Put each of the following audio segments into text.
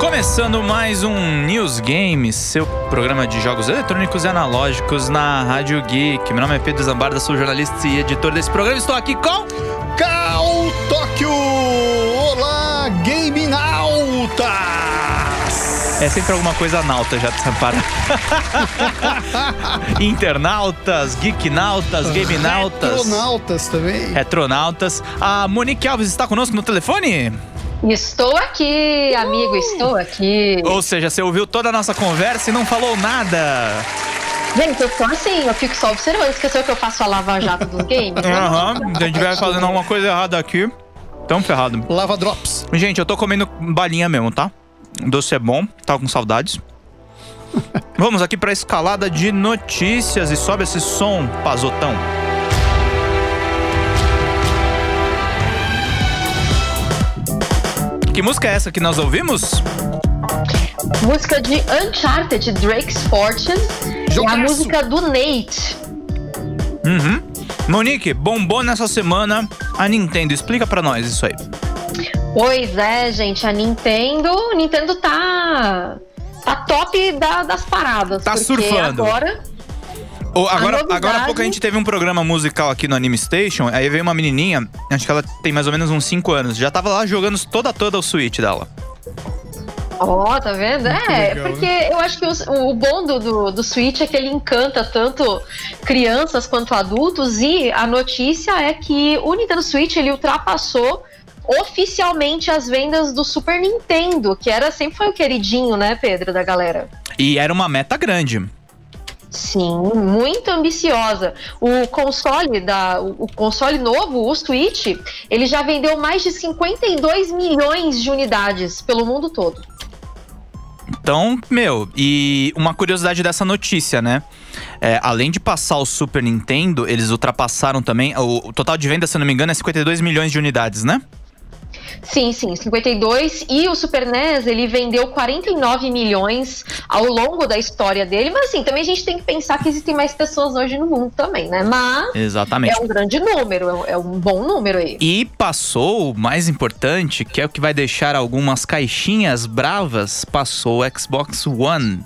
Começando mais um News Games, seu programa de jogos eletrônicos e analógicos na Rádio Geek. Meu nome é Pedro Zambarda, sou jornalista e editor desse programa. Estou aqui com... Cal Tóquio! Olá, Game Nautas! É sempre alguma coisa nauta já de Sampara. Internautas, Geeknautas, Gamenautas. Retronautas também. Retronautas. A Monique Alves está conosco no telefone? Estou aqui, amigo, estou aqui. Ou seja, você ouviu toda a nossa conversa e não falou nada. Gente, eu tô assim, eu fico só observando. Esqueceu que eu faço a lava-jato dos games? Se a gente vai fazendo alguma coisa errada aqui, tamo ferrado. Lava Drops. Gente, eu tô comendo balinha mesmo, tá? O doce é bom, tava com saudades. Vamos aqui pra escalada de notícias e sobe esse som, Pazotão. Que música é essa que nós ouvimos? Música de Uncharted, Drake's Fortune. Jogaço. É a música do Nate. Monique, bombou nessa semana a Nintendo. Explica pra nós isso aí. Pois é, gente, a Nintendo tá top das paradas. Tá porque surfando. Agora há pouco a gente teve um programa musical aqui no Anime Station. Aí veio uma menininha, acho que ela tem mais ou menos uns 5 anos. Já tava lá jogando toda o Switch dela. Ó, tá vendo? Legal, porque eu acho que o bom do Switch é que ele encanta tanto crianças quanto adultos. E a notícia é que o Nintendo Switch, ele ultrapassou oficialmente as vendas do Super Nintendo, que sempre foi o queridinho, né, Pedro, da galera. E era uma meta grande. Sim, muito ambiciosa. O console novo, o Switch, ele já vendeu mais de 52 milhões de unidades pelo mundo todo. Então, e uma curiosidade dessa notícia, né? Além de passar o Super Nintendo, eles ultrapassaram também. O total de venda, se eu não me engano, é 52 milhões de unidades, né? Sim, 52. E o Super NES, ele vendeu 49 milhões ao longo da história dele. Mas assim, também a gente tem que pensar que existem mais pessoas hoje no mundo também, né? Mas exatamente. É um grande número, é um bom número aí. E passou o mais importante, que é o que vai deixar algumas caixinhas bravas, passou o Xbox One.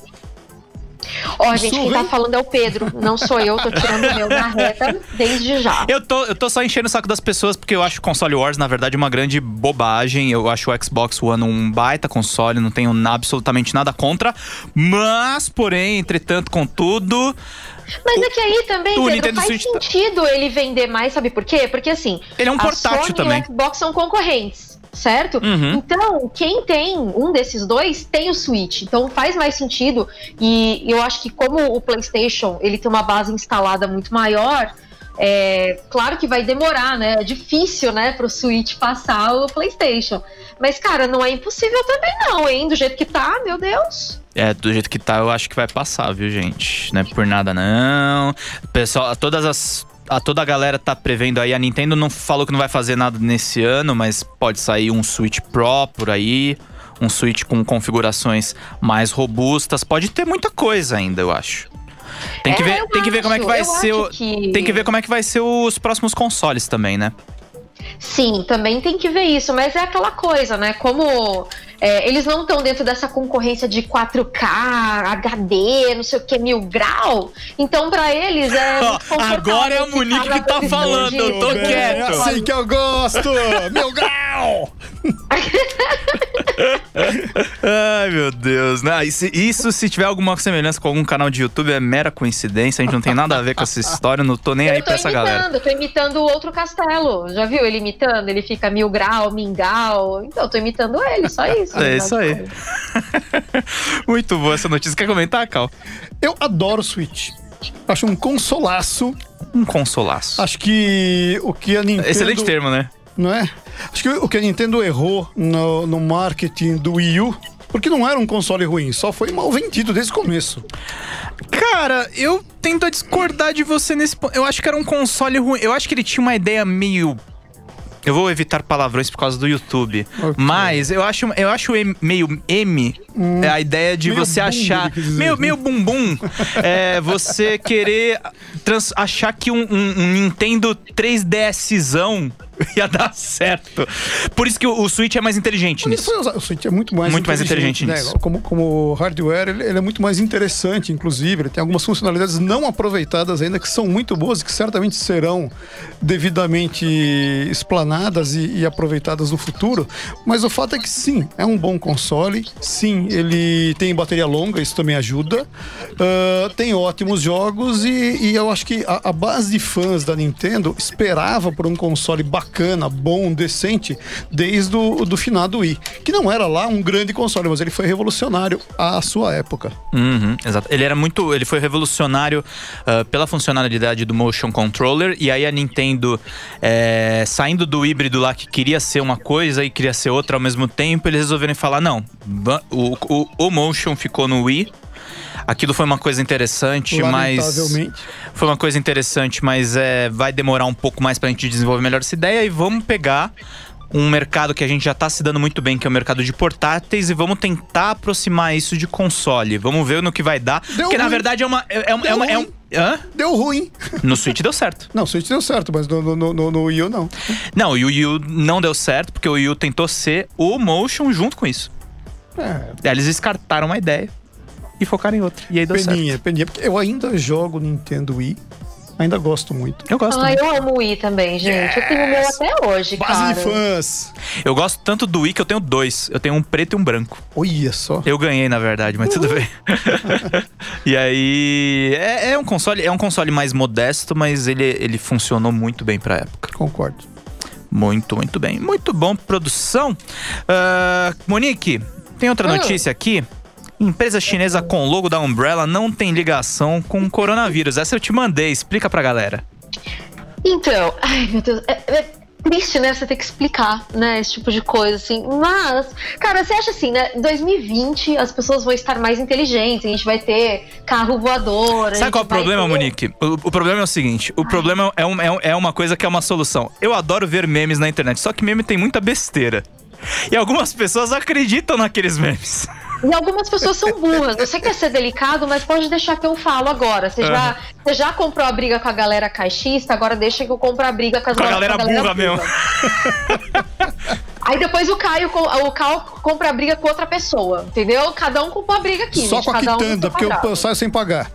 Ó, gente, quem tá falando é o Pedro, não sou eu, tô tirando o meu da reta desde já. Eu tô só enchendo o saco das pessoas porque eu acho o console Wars, na verdade, uma grande bobagem. Eu acho o Xbox One um baita console, não tenho absolutamente nada contra. Mas, porém, entretanto, contudo... Mas é que aí também, Pedro, Nintendo faz Switch sentido ele vender mais, sabe por quê? Porque assim, ele é um portátil a Sony também. e o Xbox são concorrentes. Certo? Então, quem tem um desses dois tem o Switch. Então faz mais sentido. E eu acho que como o PlayStation ele tem uma base instalada muito maior, claro que vai demorar, né? É difícil, né, pro Switch passar o PlayStation. Mas, cara, não é impossível também não, hein? Do jeito que tá, meu Deus. Do jeito que tá, eu acho que vai passar, viu, gente? Não é por nada, não. Pessoal, toda a galera tá prevendo aí. A Nintendo não falou que não vai fazer nada nesse ano, mas pode sair um Switch Pro por aí. Um Switch com configurações mais robustas. Pode ter muita coisa ainda, eu acho. Tem que ver como é que vai ser. Tem que ver como é que vai ser os próximos consoles também, né? Sim, também tem que ver isso, mas é aquela coisa, né? Como eles não estão dentro dessa concorrência de 4K, HD, não sei o que, 1000 grau, então pra eles é muito confortável. Agora é a Monique que tá falando, eu tô quieto. É assim que eu gosto! 1000 grau! Ai, meu Deus, né? Isso se tiver alguma semelhança com algum canal de YouTube é mera coincidência, a gente não tem nada a ver com essa história, não tô nem aí pra essa galera. Eu tô imitando o outro Castelo, já viu ele imitando? Ele fica 1000 grau, mingau, então eu tô imitando ele, só isso. É isso aí. Muito boa essa notícia, quer comentar, Cal? Eu adoro o Switch. Acho um consolaço. Um consolaço. Acho que o que a Nintendo... Excelente termo, né? Não é? Acho que o que a Nintendo errou no marketing do Wii U, porque não era um console ruim, só foi mal vendido desde o começo. Cara, eu tento discordar de você nesse ponto. Eu acho que era um console ruim. Eu acho que ele tinha uma ideia meio... Eu vou evitar palavrões por causa do YouTube. Okay. Mas eu acho meio M a ideia de meio você achar... Meio bumbum. Você querer achar que um Nintendo 3DSzão ia dar certo. Por isso que o Switch é mais inteligente nisso. O Switch é muito mais inteligente nisso. Né? Como hardware, ele é muito mais interessante, inclusive. Ele tem algumas funcionalidades não aproveitadas ainda, que são muito boas e que certamente serão devidamente explanadas e aproveitadas no futuro. Mas o fato é que sim, é um bom console. Sim, ele tem bateria longa, isso também ajuda. Tem ótimos jogos e eu acho que a base de fãs da Nintendo esperava por um console bacana, bom, decente, desde o finado Wii. Que não era lá um grande console, mas ele foi revolucionário à sua época. Exato. Ele foi revolucionário pela funcionalidade do Motion Controller, e aí a Nintendo, saindo do híbrido lá que queria ser uma coisa e queria ser outra ao mesmo tempo, eles resolveram falar, não, o Motion ficou no Wii. Aquilo foi uma coisa interessante, mas vai demorar um pouco mais pra gente desenvolver melhor essa ideia, e vamos pegar um mercado que a gente já tá se dando muito bem, que é o mercado de portáteis, e vamos tentar aproximar isso de console. Vamos ver no que vai dar. Porque na verdade Deu ruim. No Switch deu certo. Não, o Switch deu certo, mas no Wii U não. Não, o Wii U não deu certo, porque o Wii U tentou ser o Motion junto com isso. Eles descartaram uma ideia e focaram em outra. E aí deu certo. Peninha, porque eu ainda jogo Nintendo Wii. Ainda gosto muito. Eu gosto muito. Eu amo o Wii também, gente. Eu tenho o meu até hoje, Base de fãs. Eu gosto tanto do Wii que eu tenho 2. Eu tenho um preto e um branco. Olha só. Eu ganhei, na verdade, mas tudo bem. E aí... É um console mais modesto, mas ele funcionou muito bem pra época. Concordo. Muito, muito bem. Muito bom, produção. Monique, tem outra notícia aqui. Empresa chinesa com logo da Umbrella não tem ligação com o coronavírus. Essa eu te mandei, explica pra galera. Então, ai meu Deus, é triste, né, você ter que explicar, né, esse tipo de coisa, assim. Mas, cara, você acha assim, né, em 2020 as pessoas vão estar mais inteligentes, a gente vai ter carro voador. Sabe qual é o problema, Monique? O problema é o seguinte, o problema é uma coisa que é uma solução. Eu adoro ver memes na internet, só que meme tem muita besteira. E algumas pessoas acreditam naqueles memes. E algumas pessoas são burras. Eu sei que quer ser delicado, mas pode deixar que eu falo agora. Você já comprou a briga com a galera caixista, agora deixa que eu compro a briga com a galera burra mesmo. Aí depois o Caio compra a briga com outra pessoa, entendeu? Cada um comprou a briga aqui. Só com a quitanda, porque eu saio sem pagar.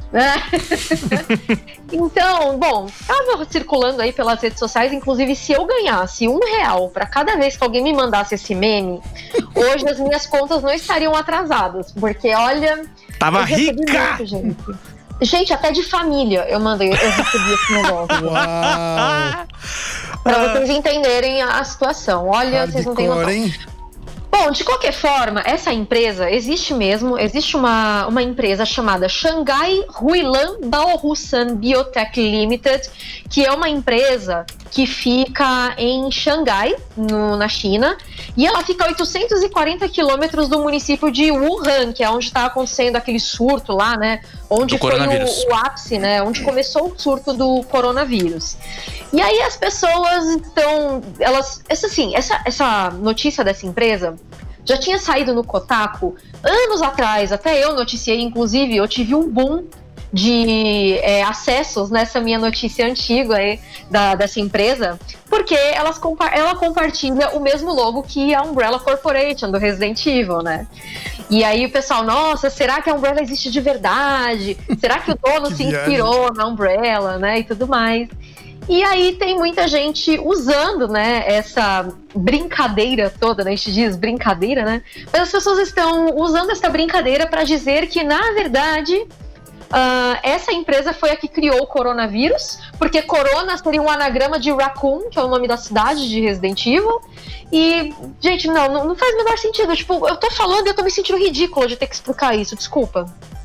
Então, bom, tava circulando aí pelas redes sociais. Inclusive, se eu ganhasse R$1 pra cada vez que alguém me mandasse esse meme, hoje as minhas contas não estariam atrasadas. Porque, olha, tava rica! Muito, gente, até de família eu recebi esse negócio. Uau! Pra vocês entenderem a situação. Olha, vocês não têm noção. Bom, de qualquer forma, essa empresa existe mesmo. Existe uma empresa chamada Shanghai Huilan Baohusan Biotech Limited, que é uma empresa que fica em Xangai, na China, e ela fica a 840 quilômetros do município de Wuhan, que é onde está acontecendo aquele surto lá, né? Onde foi o ápice, né? Onde começou o surto do coronavírus. E aí as pessoas estão... Essa notícia dessa empresa já tinha saído no Kotaku anos atrás. Até eu noticiei, inclusive, eu tive um boom de acessos nessa minha notícia antiga aí, dessa empresa, porque ela compartilha o mesmo logo que a Umbrella Corporation do Resident Evil, né? E aí o pessoal, nossa, será que a Umbrella existe de verdade? Será que o dono se inspirou na Umbrella, né? E tudo mais. E aí tem muita gente usando, né, essa brincadeira toda, né? A gente diz brincadeira, né? Mas as pessoas estão usando essa brincadeira para dizer que, na verdade, essa empresa foi a que criou o coronavírus, porque Corona seria um anagrama de Raccoon, que é o nome da cidade de Resident Evil. E, gente, não faz o menor sentido. Tipo, eu tô falando e eu tô me sentindo ridícula de ter que explicar isso, desculpa.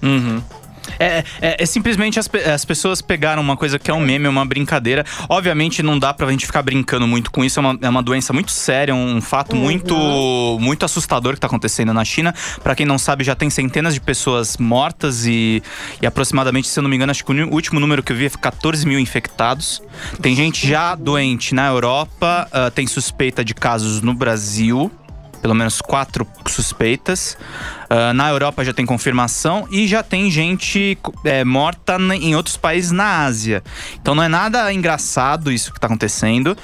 Simplesmente as pessoas pegaram uma coisa que é um meme, uma brincadeira. Obviamente não dá pra gente ficar brincando muito com isso. É uma doença muito séria, um fato muito assustador que tá acontecendo na China. Pra quem não sabe, já tem centenas de pessoas mortas e aproximadamente, se eu não me engano, acho que o último número que eu vi é 14 mil infectados. Tem gente já doente na Europa, tem suspeita de casos no Brasil. Pelo menos 4 suspeitas. Na Europa já tem confirmação e já tem gente morta em outros países na Ásia. Então não é nada engraçado isso que tá acontecendo.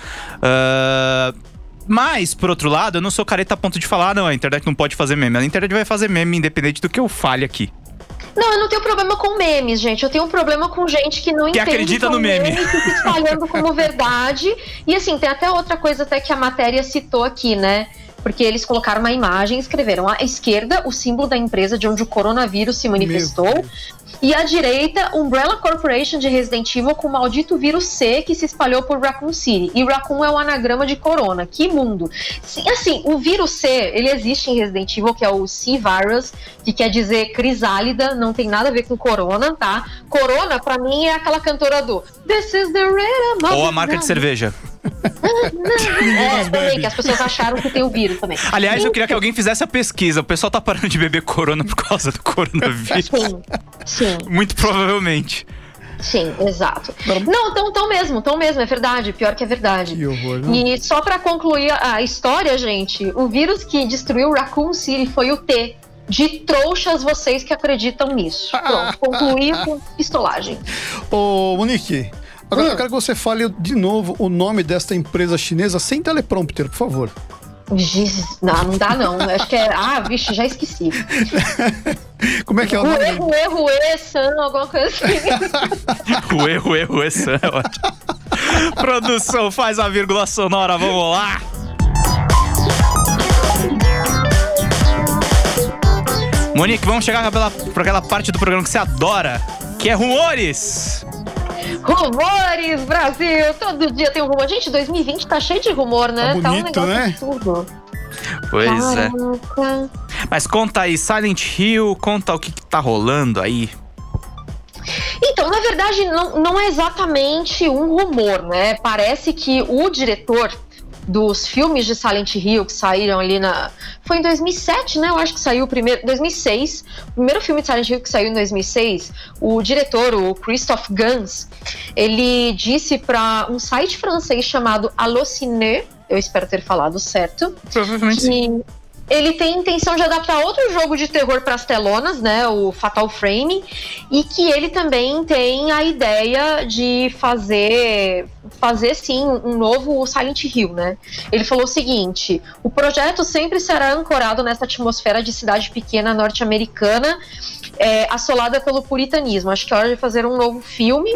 Mas, por outro lado, eu não sou careta a ponto de falar, não, a internet não pode fazer meme. A internet vai fazer meme independente do que eu fale aqui. Não, eu não tenho problema com memes, gente. Eu tenho um problema com gente que não entende acredita no meme. Que fica espalhando como verdade. E assim, tem até outra coisa até que a matéria citou aqui, né? Porque eles colocaram uma imagem e escreveram à esquerda o símbolo da empresa de onde o coronavírus se manifestou. E à direita, Umbrella Corporation de Resident Evil com o maldito vírus C que se espalhou por Raccoon City. E Raccoon é o anagrama de corona. Que mundo! Assim, o vírus C, ele existe em Resident Evil, que é o C-Virus, que quer dizer crisálida, não tem nada a ver com corona, tá? Corona, pra mim, é aquela cantora do This is the rhythm of Ou a marca de cerveja. Também, que as pessoas acharam que tem o vírus também. Aliás, eu queria que alguém fizesse a pesquisa. O pessoal tá parando de beber corona por causa do coronavírus. Sim. Muito provavelmente. Sim, exato. Não, tão mesmo, é verdade. Pior que é verdade. Que horror, não? E só pra concluir a história, gente, o vírus que destruiu Raccoon City foi o T. De trouxas vocês que acreditam nisso. Pronto, concluí com pistolagem. Ô, Monique, agora eu quero que você fale de novo o nome desta empresa chinesa sem teleprompter, por favor. Não dá não. Acho que é... vixe, já esqueci. Como é que é o nome? Rue, San, alguma coisa assim. Rue, San, é ótimo. Produção, faz a vírgula sonora, vamos lá. Monique, vamos chegar pra aquela parte do programa que você adora, que é rumores. Rumores, Brasil! Todo dia tem um rumor. Gente, 2020 tá cheio de rumor, né? Tá bonito, um negócio né? absurdo. Pois Caraca. Mas conta aí, Silent Hill, conta o que tá rolando aí. Então, na verdade, não é exatamente um rumor, né? Parece que o diretor dos filmes de Silent Hill que saíram ali foi em 2007, né? Eu acho que saiu o primeiro... 2006. O primeiro filme de Silent Hill que saiu em 2006, o diretor, o Christophe Gans, ele disse para um site francês chamado Allociné, eu espero ter falado certo, provavelmente sim. Ele tem intenção de adaptar outro jogo de terror para as telonas, né, o Fatal Frame, e que ele também tem a ideia de fazer sim um novo Silent Hill, né? Ele falou o seguinte: o projeto sempre será ancorado nessa atmosfera de cidade pequena norte-americana, assolada pelo puritanismo. Acho que é hora de fazer um novo filme.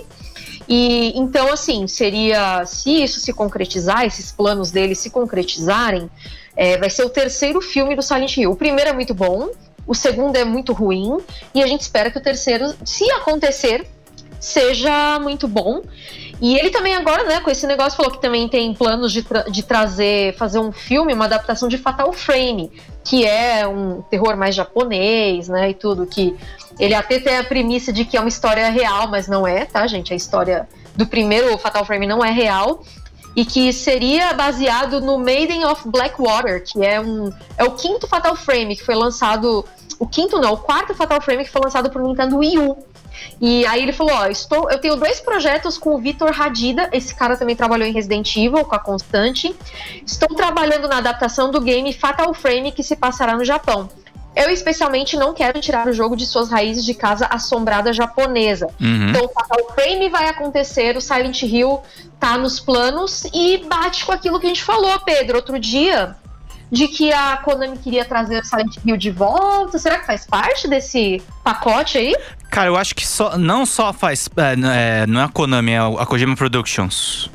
E então, assim, seria, se isso se concretizar, esses planos dele se concretizarem, vai ser o terceiro filme do Silent Hill. O primeiro é muito bom, o segundo é muito ruim, e a gente espera que o terceiro, se acontecer, seja muito bom. E ele também agora, né, com esse negócio, falou que também tem planos de fazer um filme, uma adaptação de Fatal Frame, que é um terror mais japonês, né, e tudo, que ele até tem a premissa de que é uma história real, mas não é, tá, gente? A história do primeiro Fatal Frame não é real. E que seria baseado no Maiden of Blackwater, que é o quinto Fatal Frame que foi lançado... O quarto Fatal Frame que foi lançado pro Nintendo Wii U. E aí ele falou, eu tenho 2 projetos com o Vitor Hadida, esse cara também trabalhou em Resident Evil, com a Constante. Estou trabalhando na adaptação do game Fatal Frame, que se passará no Japão. Eu especialmente não quero tirar o jogo de suas raízes de casa assombrada japonesa. Então o Fatal Frame vai acontecer, o Silent Hill tá nos planos e bate com aquilo que a gente falou, Pedro, outro dia, de que a Konami queria trazer o Silent Hill de volta. Será que faz parte desse pacote aí? Cara, eu acho que não só faz... não é a Konami, é a Kojima Productions.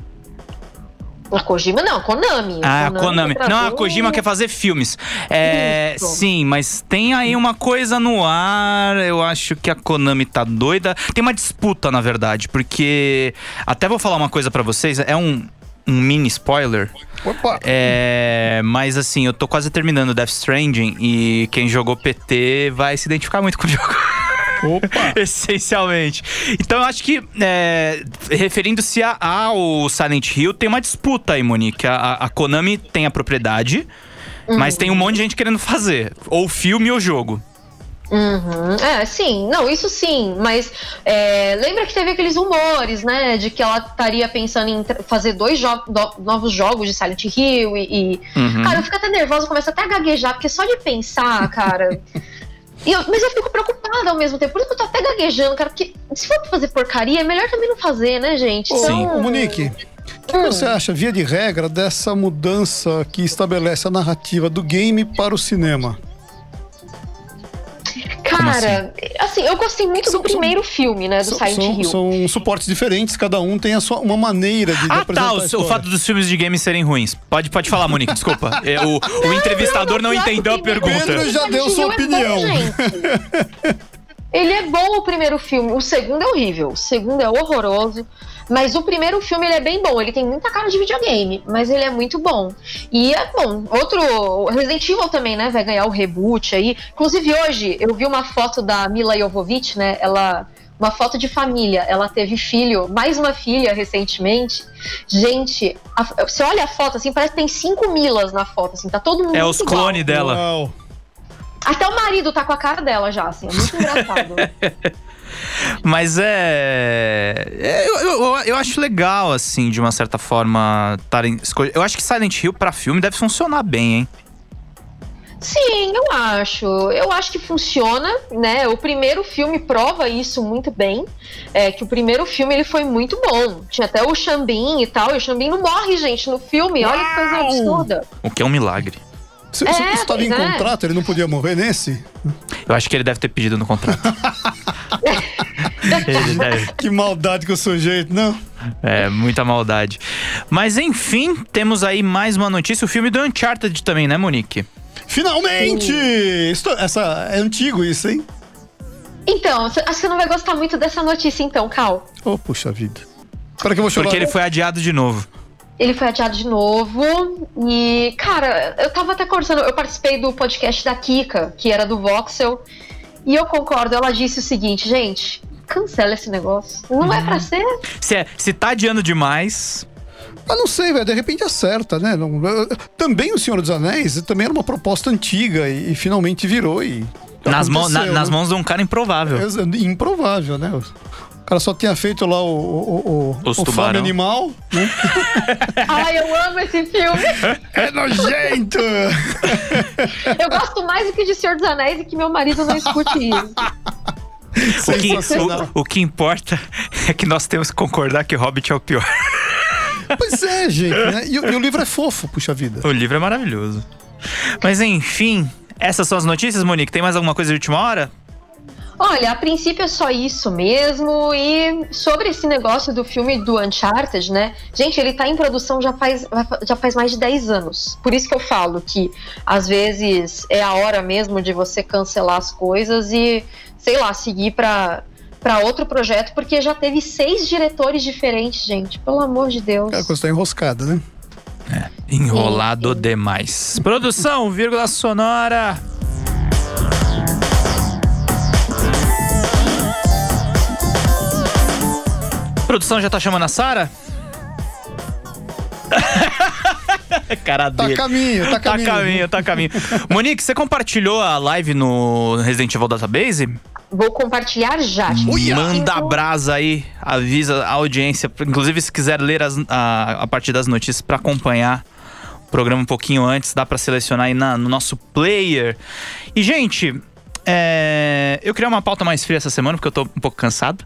A Kojima não, a Konami. A Konami. Não, a Kojima quer fazer filmes. Sim, mas tem aí uma coisa no ar. Eu acho que a Konami tá doida. Tem uma disputa, na verdade, porque... Até vou falar uma coisa pra vocês. É um mini spoiler. Opa! Mas assim, eu tô quase terminando Death Stranding e quem jogou PT vai se identificar muito com o jogo. Opa! Essencialmente. Então eu acho que, referindo-se ao Silent Hill, tem uma disputa aí, Monique. A Konami tem a propriedade, mas tem um monte de gente querendo fazer. Ou filme ou jogo. Sim, não, isso sim, mas lembra que teve aqueles rumores, né, de que ela estaria pensando em fazer 2 novos jogos de Silent Hill Cara, eu fico até nervosa, começo até a gaguejar, porque só de pensar, cara... Mas eu fico preocupada ao mesmo tempo. Por isso que eu tô até gaguejando, cara. Porque se for pra fazer porcaria, é melhor também não fazer, né, gente? Sim. Ô, Monique, o que você acha, via de regra, dessa mudança que estabelece a narrativa do game para o cinema? Cara, assim, eu gostei muito do primeiro filme, né, do Silent Hill. São suportes diferentes, cada um tem uma maneira de apresentar a história. O fato dos filmes de games serem ruins. Pode falar, Monique, desculpa. O entrevistador não entendeu a pergunta. Pedro já deu sua opinião. Ele é bom, o primeiro filme. O segundo é horrível. O segundo é horroroso. Mas o primeiro filme, ele é bem bom. Ele tem muita cara de videogame, mas ele é muito bom. E é bom. Outro, Resident Evil também, né? Vai ganhar o reboot aí. Inclusive, hoje, eu vi uma foto da Mila Jovovich, né? Uma foto de família. Ela teve filho, mais uma filha recentemente. Gente, você olha a foto, assim, parece que tem 5 Milas na foto, assim. Tá todo mundo É os clones dela. Uau. Até o marido tá com a cara dela já, assim. É muito engraçado. Mas eu acho legal, assim, de uma certa forma. Eu acho que Silent Hill pra filme deve funcionar bem, hein? Sim, eu acho. Eu acho que funciona, né? O primeiro filme prova isso muito bem. Que o primeiro filme ele foi muito bom. Tinha até o Xambin e tal. E o Xambin não morre, gente, no filme. Olha que coisa absurda. O que é um milagre. Isso estava em contrato? Ele não podia morrer nesse? Eu acho que ele deve ter pedido no contrato. Que maldade com o sujeito, não? É, muita maldade. Mas enfim, temos aí mais uma notícia. O filme do Uncharted também, né, Monique? Finalmente! É antigo isso, hein? Então, acho que você não vai gostar muito dessa notícia então, Cal. Oh, puxa vida. Para que eu vou chorar. Porque ele foi adiado de novo. Ele foi adiado de novo e, cara, eu tava até conversando, eu participei do podcast da Kika, que era do Voxel, e eu concordo, ela disse o seguinte, gente, cancela esse negócio, não é pra ser. Se tá adiando demais... Ah, não sei, velho, de repente acerta, né? Também o Senhor dos Anéis também era uma proposta antiga e finalmente virou e... Nas mãos de um cara improvável. Improvável, né? O cara só tinha feito lá o Fome Animal, né? Ai, eu amo esse filme. É nojento! Eu gosto mais do que de Senhor dos Anéis e que meu marido não escute isso. O que importa é que nós temos que concordar que Hobbit é o pior. Pois é, gente, né? E o livro é fofo, puxa vida. O livro é maravilhoso. Mas enfim, essas são as notícias, Monique. Tem mais alguma coisa de última hora? Olha, a princípio é só isso mesmo. E sobre esse negócio do filme do Uncharted, né? Gente, ele tá em produção já faz mais de 10 anos. Por isso que eu falo que, às vezes, é a hora mesmo de você cancelar as coisas e, sei lá, seguir pra outro projeto, porque já teve 6 diretores diferentes, gente. Pelo amor de Deus. A coisa tá enroscada, né? Enrolado demais. Produção, vírgula sonora. A produção já tá chamando a Sara? Cara dele. Tá a caminho. Monique, você compartilhou a live no Resident Evil Database? Vou compartilhar já. Manda a brasa aí, avisa a audiência. Inclusive, se quiser ler a partir das notícias para acompanhar o programa um pouquinho antes, dá para selecionar aí no nosso player. E, gente, eu criei uma pauta mais fria essa semana, porque eu tô um pouco cansado.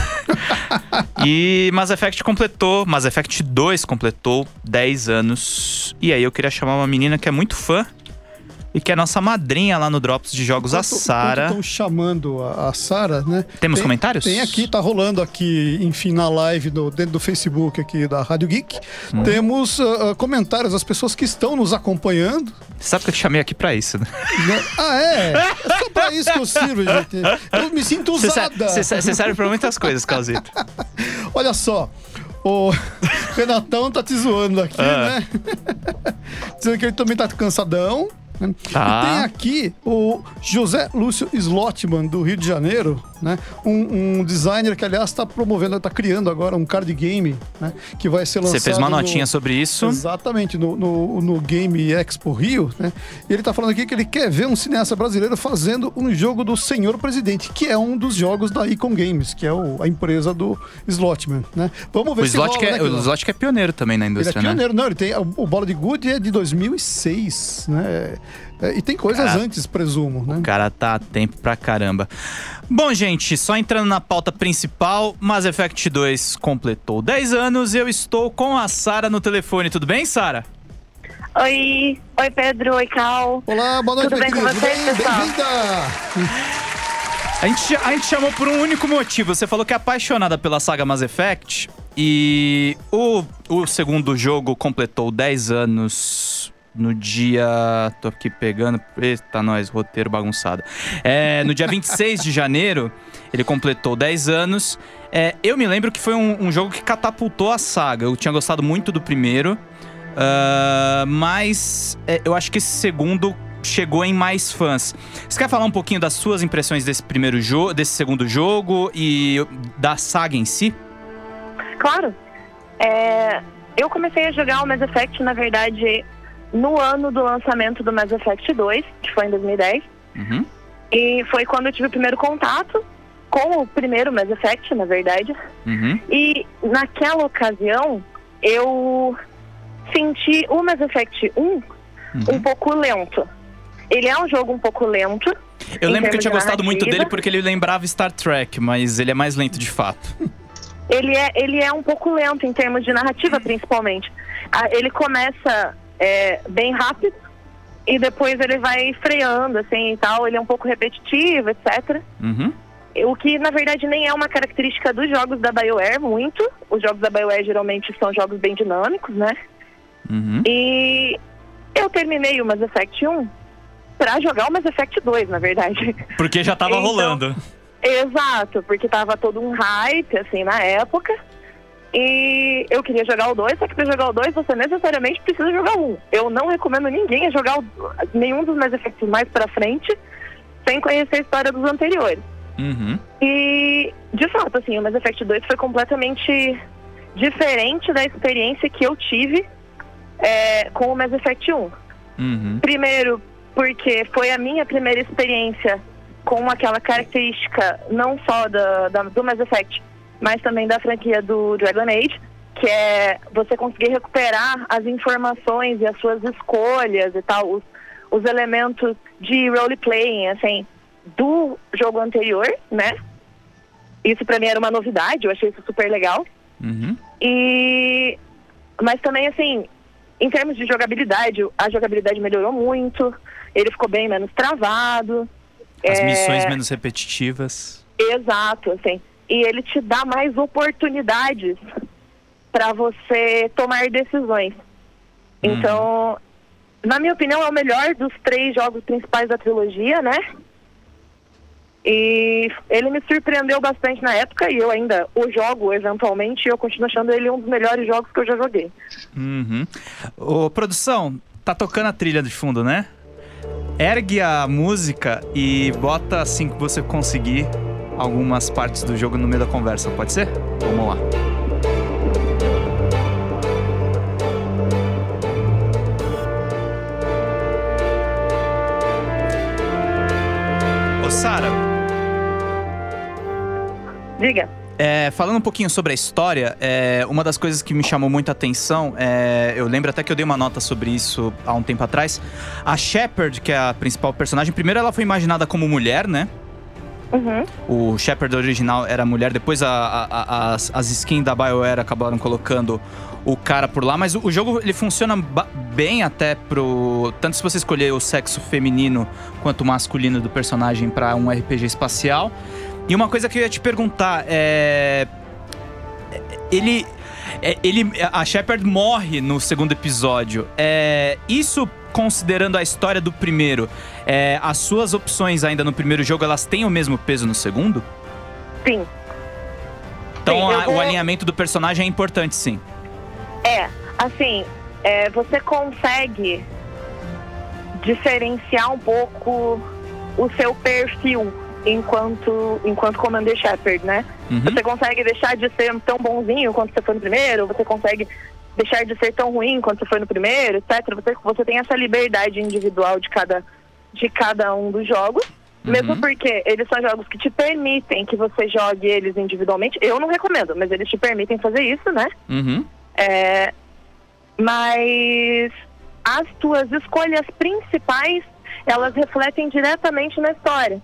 E Mass Effect 2 completou 10 anos. E aí eu queria chamar uma menina que é muito fã e que é nossa madrinha lá no Drops de Jogos, a Sara. Estão chamando a Sara, né? Temos comentários? Tem aqui, tá rolando aqui, enfim, na live dentro do Facebook aqui da Rádio Geek. Temos comentários das pessoas que estão nos acompanhando. Você sabe que eu te chamei aqui pra isso, né? É só pra isso que eu sirvo, gente. Eu me sinto usada. Você serve pra muitas coisas, Calzito. Olha só, o Renatão tá te zoando aqui, né? Dizendo que ele também tá cansadão. Tá. E tem aqui o José Lúcio Slotman, do Rio de Janeiro, né? Um designer que, aliás, está criando agora um card game, né? Que vai ser lançado. Você fez uma notinha sobre isso? Exatamente, no Game Expo Rio, né? E ele tá falando aqui que ele quer ver um cineasta brasileiro fazendo um jogo do Senhor Presidente, que é um dos jogos da Icon Games, que é a empresa do Slotman, né? Vamos ver se rola, O Slot que é pioneiro também na indústria, ele é pioneiro, né? Não, ele tem o Bola de Gude é de 2006, né? E tem coisas antes, presumo, né? O cara tá a tempo pra caramba. Bom, gente, só entrando na pauta principal, Mass Effect 2 completou 10 anos e eu estou com a Sara no telefone. Tudo bem, Sara? Oi Pedro, oi Cal. Olá, boa noite, tudo bem com vocês, pessoal? Bem-vinda! A gente chamou por um único motivo. Você falou que é apaixonada pela saga Mass Effect e o segundo jogo completou 10 anos no dia... Tô aqui pegando... Eita, nós, roteiro bagunçado. No dia 26 de janeiro, ele completou 10 anos. Eu me lembro que foi um jogo que catapultou a saga. Eu tinha gostado muito do primeiro, mas eu acho que esse segundo chegou em mais fãs. Você quer falar um pouquinho das suas impressões desse primeiro jogo, desse segundo jogo e da saga em si? Claro. Eu comecei a jogar o Mass Effect, na verdade, no ano do lançamento do Mass Effect 2, que foi em 2010. Uhum. E foi quando eu tive o primeiro contato com o primeiro Mass Effect, na verdade. Uhum. E naquela ocasião, eu senti o Mass Effect 1 um pouco lento. Ele é um jogo um pouco lento. Eu lembro que eu tinha gostado muito dele porque ele lembrava Star Trek, mas ele é mais lento de fato. Ele é um pouco lento em termos de narrativa, principalmente. Ele começa bem rápido e depois ele vai freando, assim, e tal. Ele é um pouco repetitivo, etc. Uhum. O que, na verdade, nem é uma característica dos jogos da BioWare, muito. Os jogos da BioWare, geralmente, são jogos bem dinâmicos, né? Uhum. E eu terminei o Mass Effect 1 pra jogar o Mass Effect 2, na verdade. Porque já tava rolando. Exato, porque tava todo um hype, assim, na época. E eu queria jogar o 2, só que pra jogar o 2 você necessariamente precisa jogar o 1. Eu não recomendo ninguém a jogar nenhum dos Mass Effects mais pra frente sem conhecer a história dos anteriores. Uhum. E, de fato, assim, o Mass Effect 2 foi completamente diferente da experiência que eu tive com o Mass Effect 1. Uhum. Primeiro, porque foi a minha primeira experiência com aquela característica não só do Mass Effect, mas também da franquia do Dragon Age, que é você conseguir recuperar as informações e as suas escolhas e tal, os elementos de roleplaying, assim, do jogo anterior, né? Isso pra mim era uma novidade, eu achei isso super legal. Uhum. Mas também, assim, em termos de jogabilidade, a jogabilidade melhorou muito, ele ficou bem menos travado. As missões menos repetitivas. Exato, assim. E ele te dá mais oportunidades para você tomar decisões. Então, na minha opinião, é o melhor dos 3 jogos principais da trilogia, né? E ele me surpreendeu bastante na época e eu ainda o jogo eventualmente e eu continuo achando ele um dos melhores jogos que eu já joguei. Uhum. Ô, produção, tá tocando a trilha de fundo, né? Ergue a música e bota assim que você conseguir algumas partes do jogo no meio da conversa, pode ser? Vamos lá. Ô, Sara. Diga. Falando um pouquinho sobre a história, uma das coisas que me chamou muita atenção, eu lembro até que eu dei uma nota sobre isso há um tempo atrás. A Shepard, que é a principal personagem, primeiro ela foi imaginada como mulher, né? Uhum. O Shepard original era mulher, depois as skins da BioWare acabaram colocando o cara por lá, mas o jogo ele funciona bem até tanto se você escolher o sexo feminino quanto masculino do personagem para um RPG espacial. E uma coisa que eu ia te perguntar a Shepard morre no segundo episódio. Isso, considerando a história do primeiro, as suas opções ainda no primeiro jogo, elas têm o mesmo peso no segundo? Sim. Então o alinhamento do personagem é importante, sim. Assim, você consegue diferenciar um pouco o seu perfil enquanto Commander Shepard, né? Uhum. Você consegue deixar de ser tão bonzinho quanto você foi no primeiro, você consegue deixar de ser tão ruim quanto você foi no primeiro, etc. Você tem essa liberdade individual de cada um dos jogos, mesmo porque eles são jogos que te permitem que você jogue eles individualmente. Eu não recomendo, mas eles te permitem fazer isso, né? Uhum. Mas as tuas escolhas principais, elas refletem diretamente na história.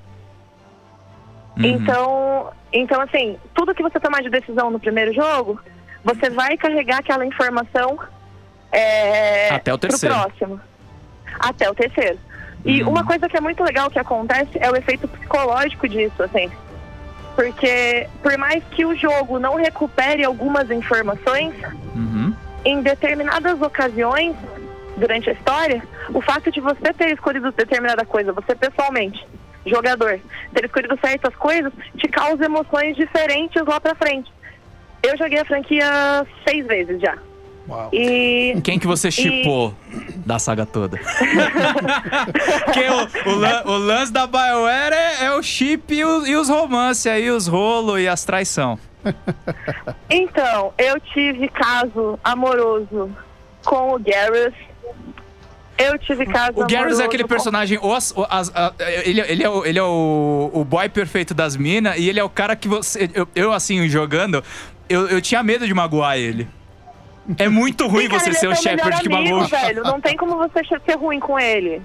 Então, assim, tudo que você tomar de decisão no primeiro jogo, você vai carregar aquela informação até o terceiro. Pro próximo. Até o terceiro. E uma coisa que é muito legal que acontece é o efeito psicológico disso, assim. Porque, por mais que o jogo não recupere algumas informações, em determinadas ocasiões, durante a história, o fato de você ter escolhido determinada coisa, você pessoalmente, jogador, ter escolhido certas coisas, te causa emoções diferentes lá pra frente. Eu joguei a franquia 6 vezes já. Uau. E quem que você shippou da saga toda? Porque o lance da BioWare é o chip e os romances aí, os rolos e as traição. Então, eu tive caso amoroso com o Garrus. Eu tive caso O Garrus é aquele com... personagem... Ele é o boy perfeito das minas. E ele é o cara que você... Eu assim, jogando... Eu tinha medo de magoar ele. É muito ruim você ser o Shepard que magoou. Velho, não tem como você ser ruim com ele.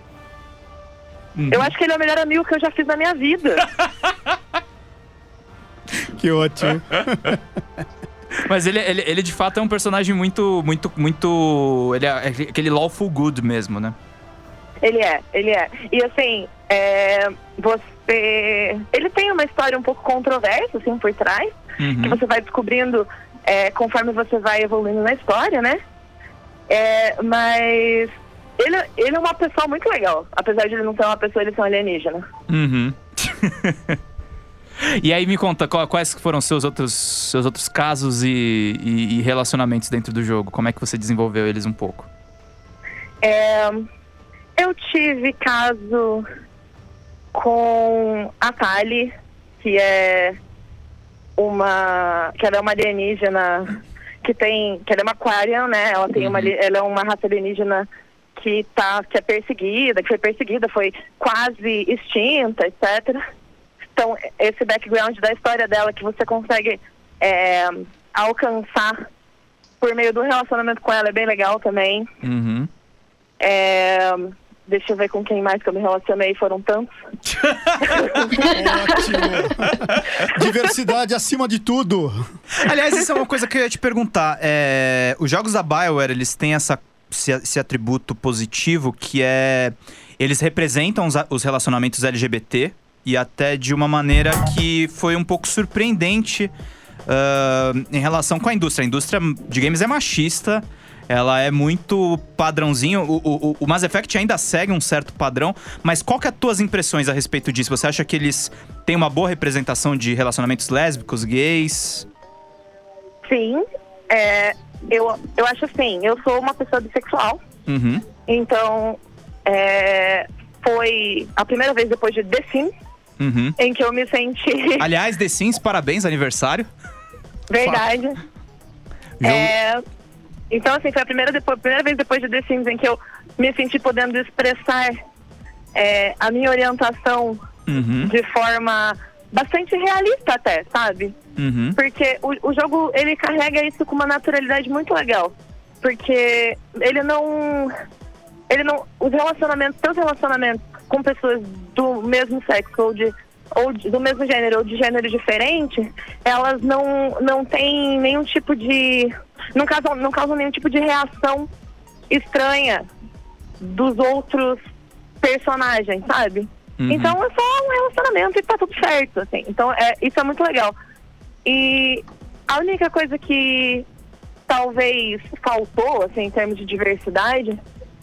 Eu acho que ele é o melhor amigo que eu já fiz na minha vida. Que ótimo. Mas ele de fato é um personagem muito... Ele é aquele lawful good mesmo, né? Ele é. E assim, ele tem uma história um pouco controversa, assim, por trás. Que você vai descobrindo conforme você vai evoluindo na história, né? Mas ele é uma pessoa muito legal. Apesar de ele não ser uma pessoa, ele é um alienígena. E aí me conta, quais foram seus outros casos e relacionamentos dentro do jogo? Como é que você desenvolveu eles um pouco? Eu tive caso com a Tali, que ela é uma alienígena que ela é uma Aquarian, né? Ela é uma raça alienígena que é perseguida, que foi perseguida, foi quase extinta, etc. Então, esse background da história dela que você consegue alcançar por meio do relacionamento com ela é bem legal também. Deixa eu ver com quem mais que eu me relacionei, foram tantos. Ótimo! Diversidade acima de tudo. Aliás, isso é uma coisa que eu ia te perguntar. Os jogos da BioWare, eles têm esse atributo positivo que eles representam os relacionamentos LGBT e até de uma maneira que foi um pouco surpreendente em relação com a indústria. A indústria de games é machista. Ela é muito padrãozinho. O Mass Effect ainda segue um certo padrão. Mas qual que é as tuas impressões a respeito disso? Você acha que eles têm uma boa representação de relacionamentos lésbicos, gays? Sim. Eu acho assim. Eu sou uma pessoa bissexual. Então, foi a primeira vez depois de The Sims em que eu me senti... Aliás, The Sims, parabéns, aniversário. Verdade. Então, assim, foi a primeira vez depois de The Sims em que eu me senti podendo expressar a minha orientação de forma bastante realista até, sabe? Porque o jogo, ele carrega isso com uma naturalidade muito legal. Porque ele não... Os relacionamentos, seus relacionamentos com pessoas do mesmo sexo ou do mesmo gênero ou de gênero diferente, elas não têm nenhum tipo de... Não causam nenhum tipo de reação estranha dos outros personagens, sabe? Então é só um relacionamento e tá tudo certo, assim. Então isso é muito legal. E a única coisa que talvez faltou, assim, em termos de diversidade,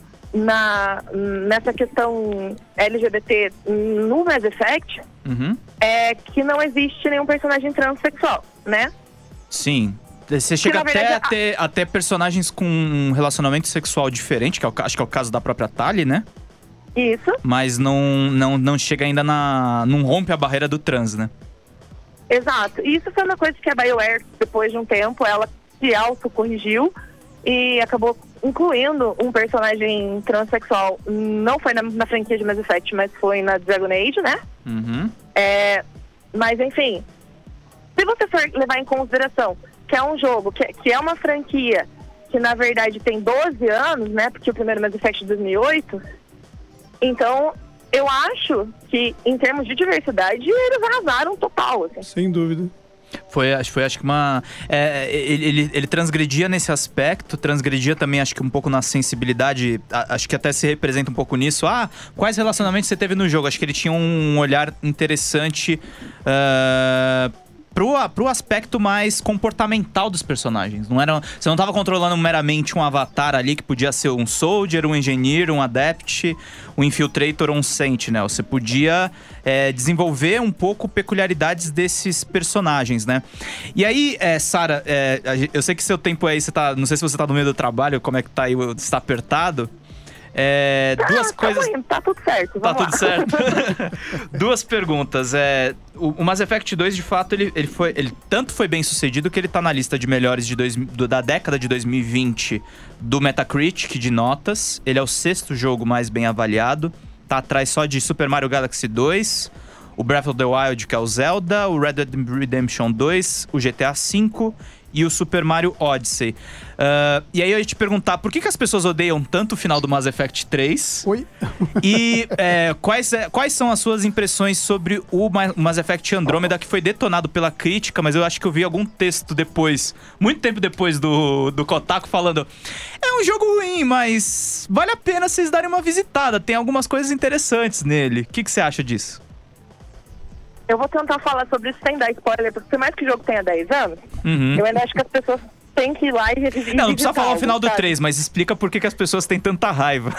nessa questão LGBT no Mass Effect, é que não existe nenhum personagem transexual, né? Sim. Você chega até a ter personagens com um relacionamento sexual diferente, que acho que é o caso da própria Tali, né? Isso. Mas não chega ainda não rompe a barreira do trans, né? Exato. E isso foi uma coisa que a BioWare, depois de um tempo, ela se autocorrigiu e acabou incluindo um personagem transexual. Não foi na franquia de Mass Effect, mas foi na Dragon Age, né? Mas, enfim, se você for levar em consideração que é um jogo, que é uma franquia que, na verdade, tem 12 anos, né? Porque o primeiro Mass Effect de 2008, Então, eu acho que, em termos de diversidade, eles arrasaram total, assim. Sem dúvida. Acho que uma... ele transgredia nesse aspecto, transgredia também, acho que um pouco na sensibilidade, acho que até se representa um pouco nisso. Quais relacionamentos você teve no jogo? Acho que ele tinha um olhar interessante pro aspecto mais comportamental dos personagens. Você não estava controlando meramente um avatar ali que podia ser um soldier, um engineer, um adept, um infiltrator ou um sentinel. Você podia desenvolver um pouco peculiaridades desses personagens, né? E aí, Sarah, eu sei que seu tempo aí, não sei se você tá no meio do trabalho, como é que tá aí, está apertado. Duas coisas. Tá tudo certo. Tá tudo certo. Duas perguntas. O Mass Effect 2, de fato, ele tanto foi bem sucedido que ele tá na lista de melhores da década de 2020 do Metacritic de notas. Ele é o 6º jogo mais bem avaliado. Tá atrás só de Super Mario Galaxy 2, o Breath of the Wild, que é o Zelda, o Red Dead Redemption 2, o GTA V e o Super Mario Odyssey. E aí eu ia te perguntar, por que as pessoas odeiam tanto o final do Mass Effect 3? Oi? E quais são as suas impressões sobre o Mass Effect Andromeda, que foi detonado pela crítica, mas eu acho que eu vi algum texto depois, muito tempo depois do Kotaku, falando: é um jogo ruim, mas vale a pena vocês darem uma visitada, tem algumas coisas interessantes nele. O que você acha disso? Eu vou tentar falar sobre isso sem dar spoiler, porque por mais que o jogo tenha 10 anos, eu ainda acho que as pessoas têm que ir lá e revisar. Não precisa falar o final do 3, mas explica por que as pessoas têm tanta raiva.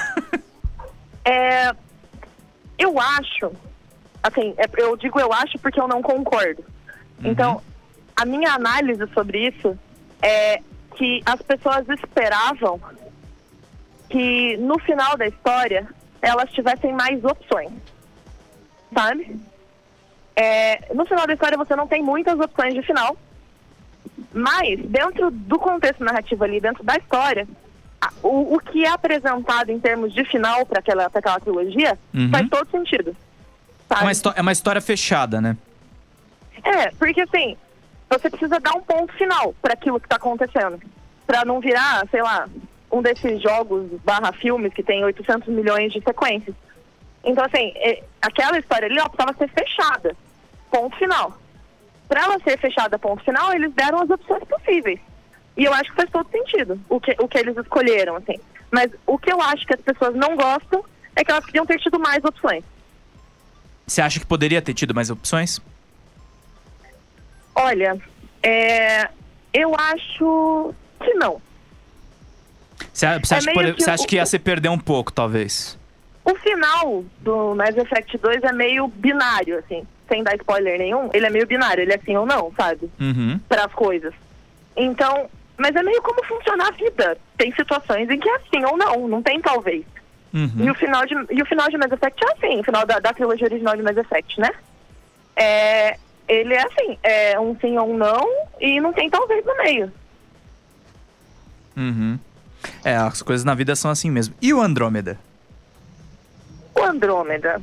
Eu acho, assim, eu acho porque eu não concordo. Então, a minha análise sobre isso é que as pessoas esperavam que no final da história elas tivessem mais opções, sabe? No final da história você não tem muitas opções de final, mas dentro do contexto narrativo ali, dentro da história, o que é apresentado em termos de final para aquela trilogia faz todo sentido, sabe? É uma história fechada, né? Porque assim, você precisa dar um ponto final para aquilo que tá acontecendo, para não virar, sei lá, um desses jogos /filmes que tem 800 milhões de sequências. Então, assim, aquela história ali, precisava ser fechada. Ponto final. Para ela ser fechada, ponto final, eles deram as opções possíveis. E eu acho que faz todo sentido o que eles escolheram, assim. Mas o que eu acho que as pessoas não gostam é que elas queriam ter tido mais opções. Você acha que poderia ter tido mais opções? Olha, eu acho que não. Você acha que ia se perder um pouco, talvez? O final do Mass Effect 2 é meio binário, assim, sem dar spoiler nenhum. Ele é meio binário, ele é sim ou não, sabe? Para as coisas. Então, mas é meio como funciona a vida. Tem situações em que é sim ou não tem talvez. E o final de Mass Effect é assim, o final da trilogia original de Mass Effect, né? Ele é assim, é um sim ou um não e não tem talvez no meio. As coisas na vida são assim mesmo. E o Andrômeda? O Andrômeda.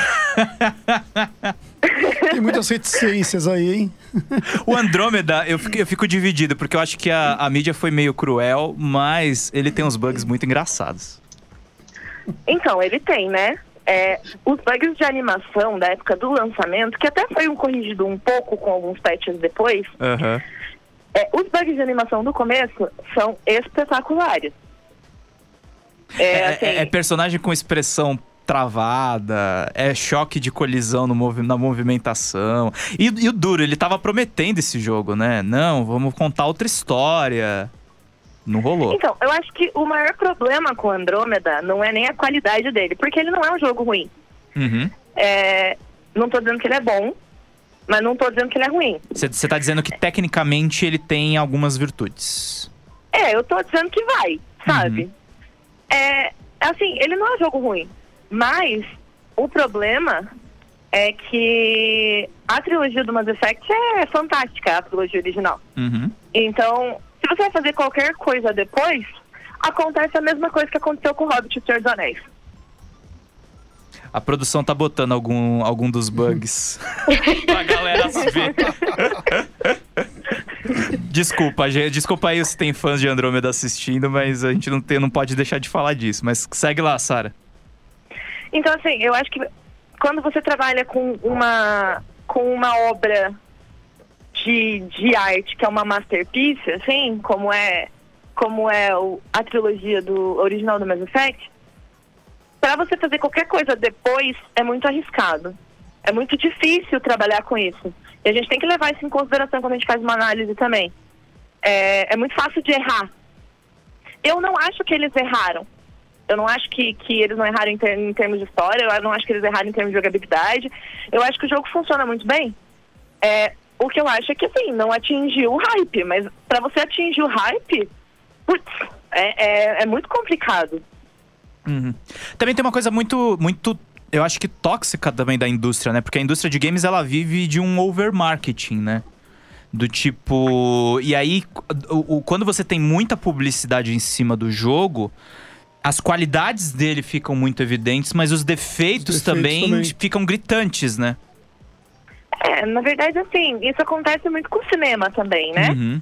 Tem muitas reticências aí, hein? O Andrômeda, eu fico dividido, porque eu acho que a mídia foi meio cruel, mas ele tem uns bugs muito engraçados. Então, ele tem, né? Os bugs de animação da época do lançamento, que até foi corrigido um pouco com alguns patches depois, os bugs de animação do começo são espetaculares. É personagem com expressão travada, é choque de colisão na movimentação. E o duro, ele tava prometendo esse jogo, né? Não, vamos contar outra história. Não rolou. Então, eu acho que o maior problema com o Andrômeda não é nem a qualidade dele, porque ele não é um jogo ruim. Não tô dizendo que ele é bom, mas não tô dizendo que ele é ruim. Você tá dizendo que tecnicamente ele tem algumas virtudes. Eu tô dizendo que vai, sabe? Assim, ele não é um jogo ruim. Mas o problema é que a trilogia do Mass Effect é fantástica, a trilogia original. Então, se você vai fazer qualquer coisa depois, acontece a mesma coisa que aconteceu com o Hobbit e o Senhor dos Anéis. A produção tá botando algum dos bugs pra galera se ver. Desculpa aí se tem fãs de Andrômeda assistindo, mas a gente não pode deixar de falar disso. Mas segue lá, Sarah. Então, assim, eu acho que quando você trabalha com uma obra de arte, que é uma masterpiece, assim, como é a trilogia do original do Mass Effect, para você fazer qualquer coisa depois é muito arriscado. É muito difícil trabalhar com isso. E a gente tem que levar isso em consideração quando a gente faz uma análise também. É muito fácil de errar. Eu não acho que eles erraram. Eu não acho que eles não erraram em termos de história, eu não acho que eles erraram em termos de jogabilidade. Eu acho que o jogo funciona muito bem. O que eu acho é que, assim, não atingiu o hype. Mas para você atingir o hype, putz, é muito complicado. Uhum. Também tem uma coisa muito, eu acho que tóxica também da indústria, né? Porque a indústria de games, ela vive de um overmarketing, né? Do tipo... E aí, quando você tem muita publicidade em cima do jogo, as qualidades dele ficam muito evidentes, mas os defeitos também ficam gritantes, né? Na verdade, assim, isso acontece muito com o cinema também, né? Uhum.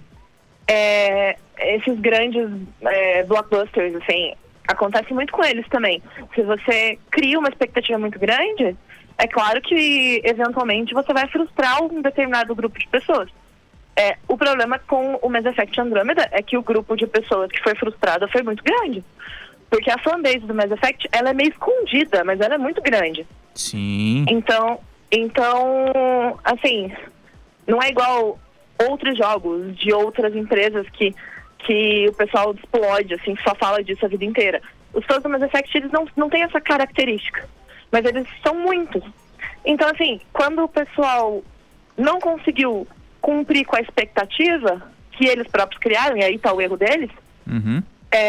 Esses grandes blockbusters, assim, acontece muito com eles também. Se você cria uma expectativa muito grande, é claro que, eventualmente, você vai frustrar um determinado grupo de pessoas. O problema com o Mass Effect Andromeda é que o grupo de pessoas que foi frustrada foi muito grande. Porque a fanbase do Mass Effect, ela é meio escondida, mas ela é muito grande. Sim. Então, assim, não é igual outros jogos de outras empresas que o pessoal explode, assim, só fala disso a vida inteira. Os fãs do Mass Effect, eles não têm essa característica, mas eles são muitos. Então, assim, quando o pessoal não conseguiu cumprir com a expectativa que eles próprios criaram, e aí tá o erro deles, uhum.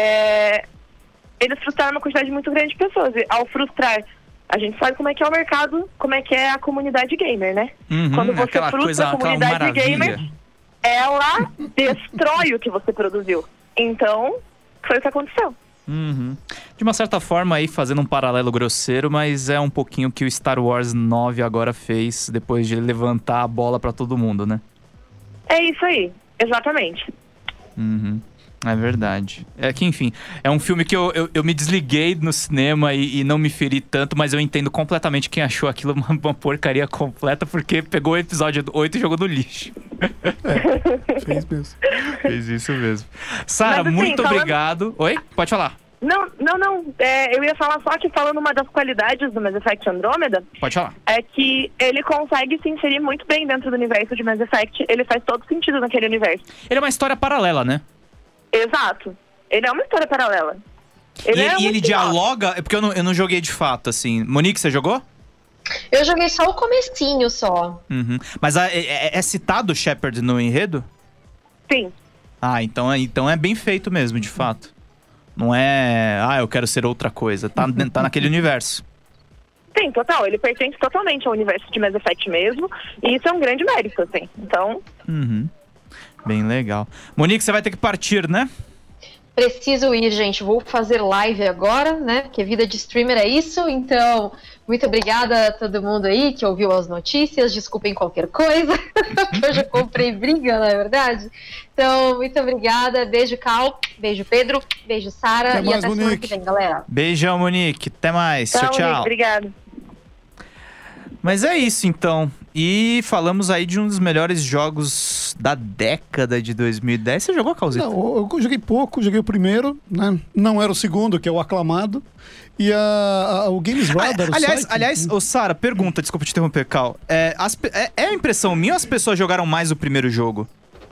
Eles frustraram uma quantidade muito grande de pessoas. E ao frustrar, a gente sabe como é que é o mercado, como é que é a comunidade gamer, né? Uhum, quando você frustra a comunidade gamer, ela destrói o que você produziu. Então, foi o que aconteceu. Uhum. De uma certa forma, aí fazendo um paralelo grosseiro, mas é um pouquinho o que o Star Wars 9 agora fez, depois de levantar a bola pra todo mundo, né? É isso aí, exatamente. Uhum. É verdade. Que, enfim, é um filme que eu me desliguei no cinema e não me feri tanto, mas eu entendo completamente quem achou aquilo uma porcaria completa, porque pegou o episódio 8 e jogou no lixo. Fez mesmo. Fez isso mesmo. Sara, assim, muito obrigado. Oi? Pode falar. Não. Eu ia falar só que, falando uma das qualidades do Mass Effect Andromeda... Pode falar. É que ele consegue se inserir muito bem dentro do universo de Mass Effect. Ele faz todo sentido naquele universo. Ele é uma história paralela, né? Exato. Ele é uma história paralela. Ele dialoga... É porque eu não joguei de fato, assim. Monique, você jogou? Eu joguei só o comecinho, só. Uhum. Mas é citado o Shepard no enredo? Sim. Então é bem feito mesmo, de fato. Não é... eu quero ser outra coisa. Tá naquele universo. Sim, total. Ele pertence totalmente ao universo de Mass Effect mesmo. E isso é um grande mérito, assim. Então... Uhum. Bem legal. Monique, você vai ter que partir, né? Preciso ir, gente. Vou fazer live agora, né? Porque vida de streamer é isso. Então, muito obrigada a todo mundo aí que ouviu as notícias. Desculpem qualquer coisa. Eu já comprei briga, não é verdade? Então, muito obrigada. Beijo, Cal. Beijo, Pedro. Beijo, Sara. E até semana que vem, galera. Beijão, Monique. Até mais. Tchau. Obrigada. Mas é isso, então. E falamos aí de um dos melhores jogos da década de 2010. Você jogou, Calzito? Não, eu joguei pouco, joguei o primeiro, né? Não era o segundo, que é o aclamado. E o Games Radar, Aliás, Sara, pergunta, desculpa te interromper, Cal. É a impressão minha ou as pessoas jogaram mais o primeiro jogo?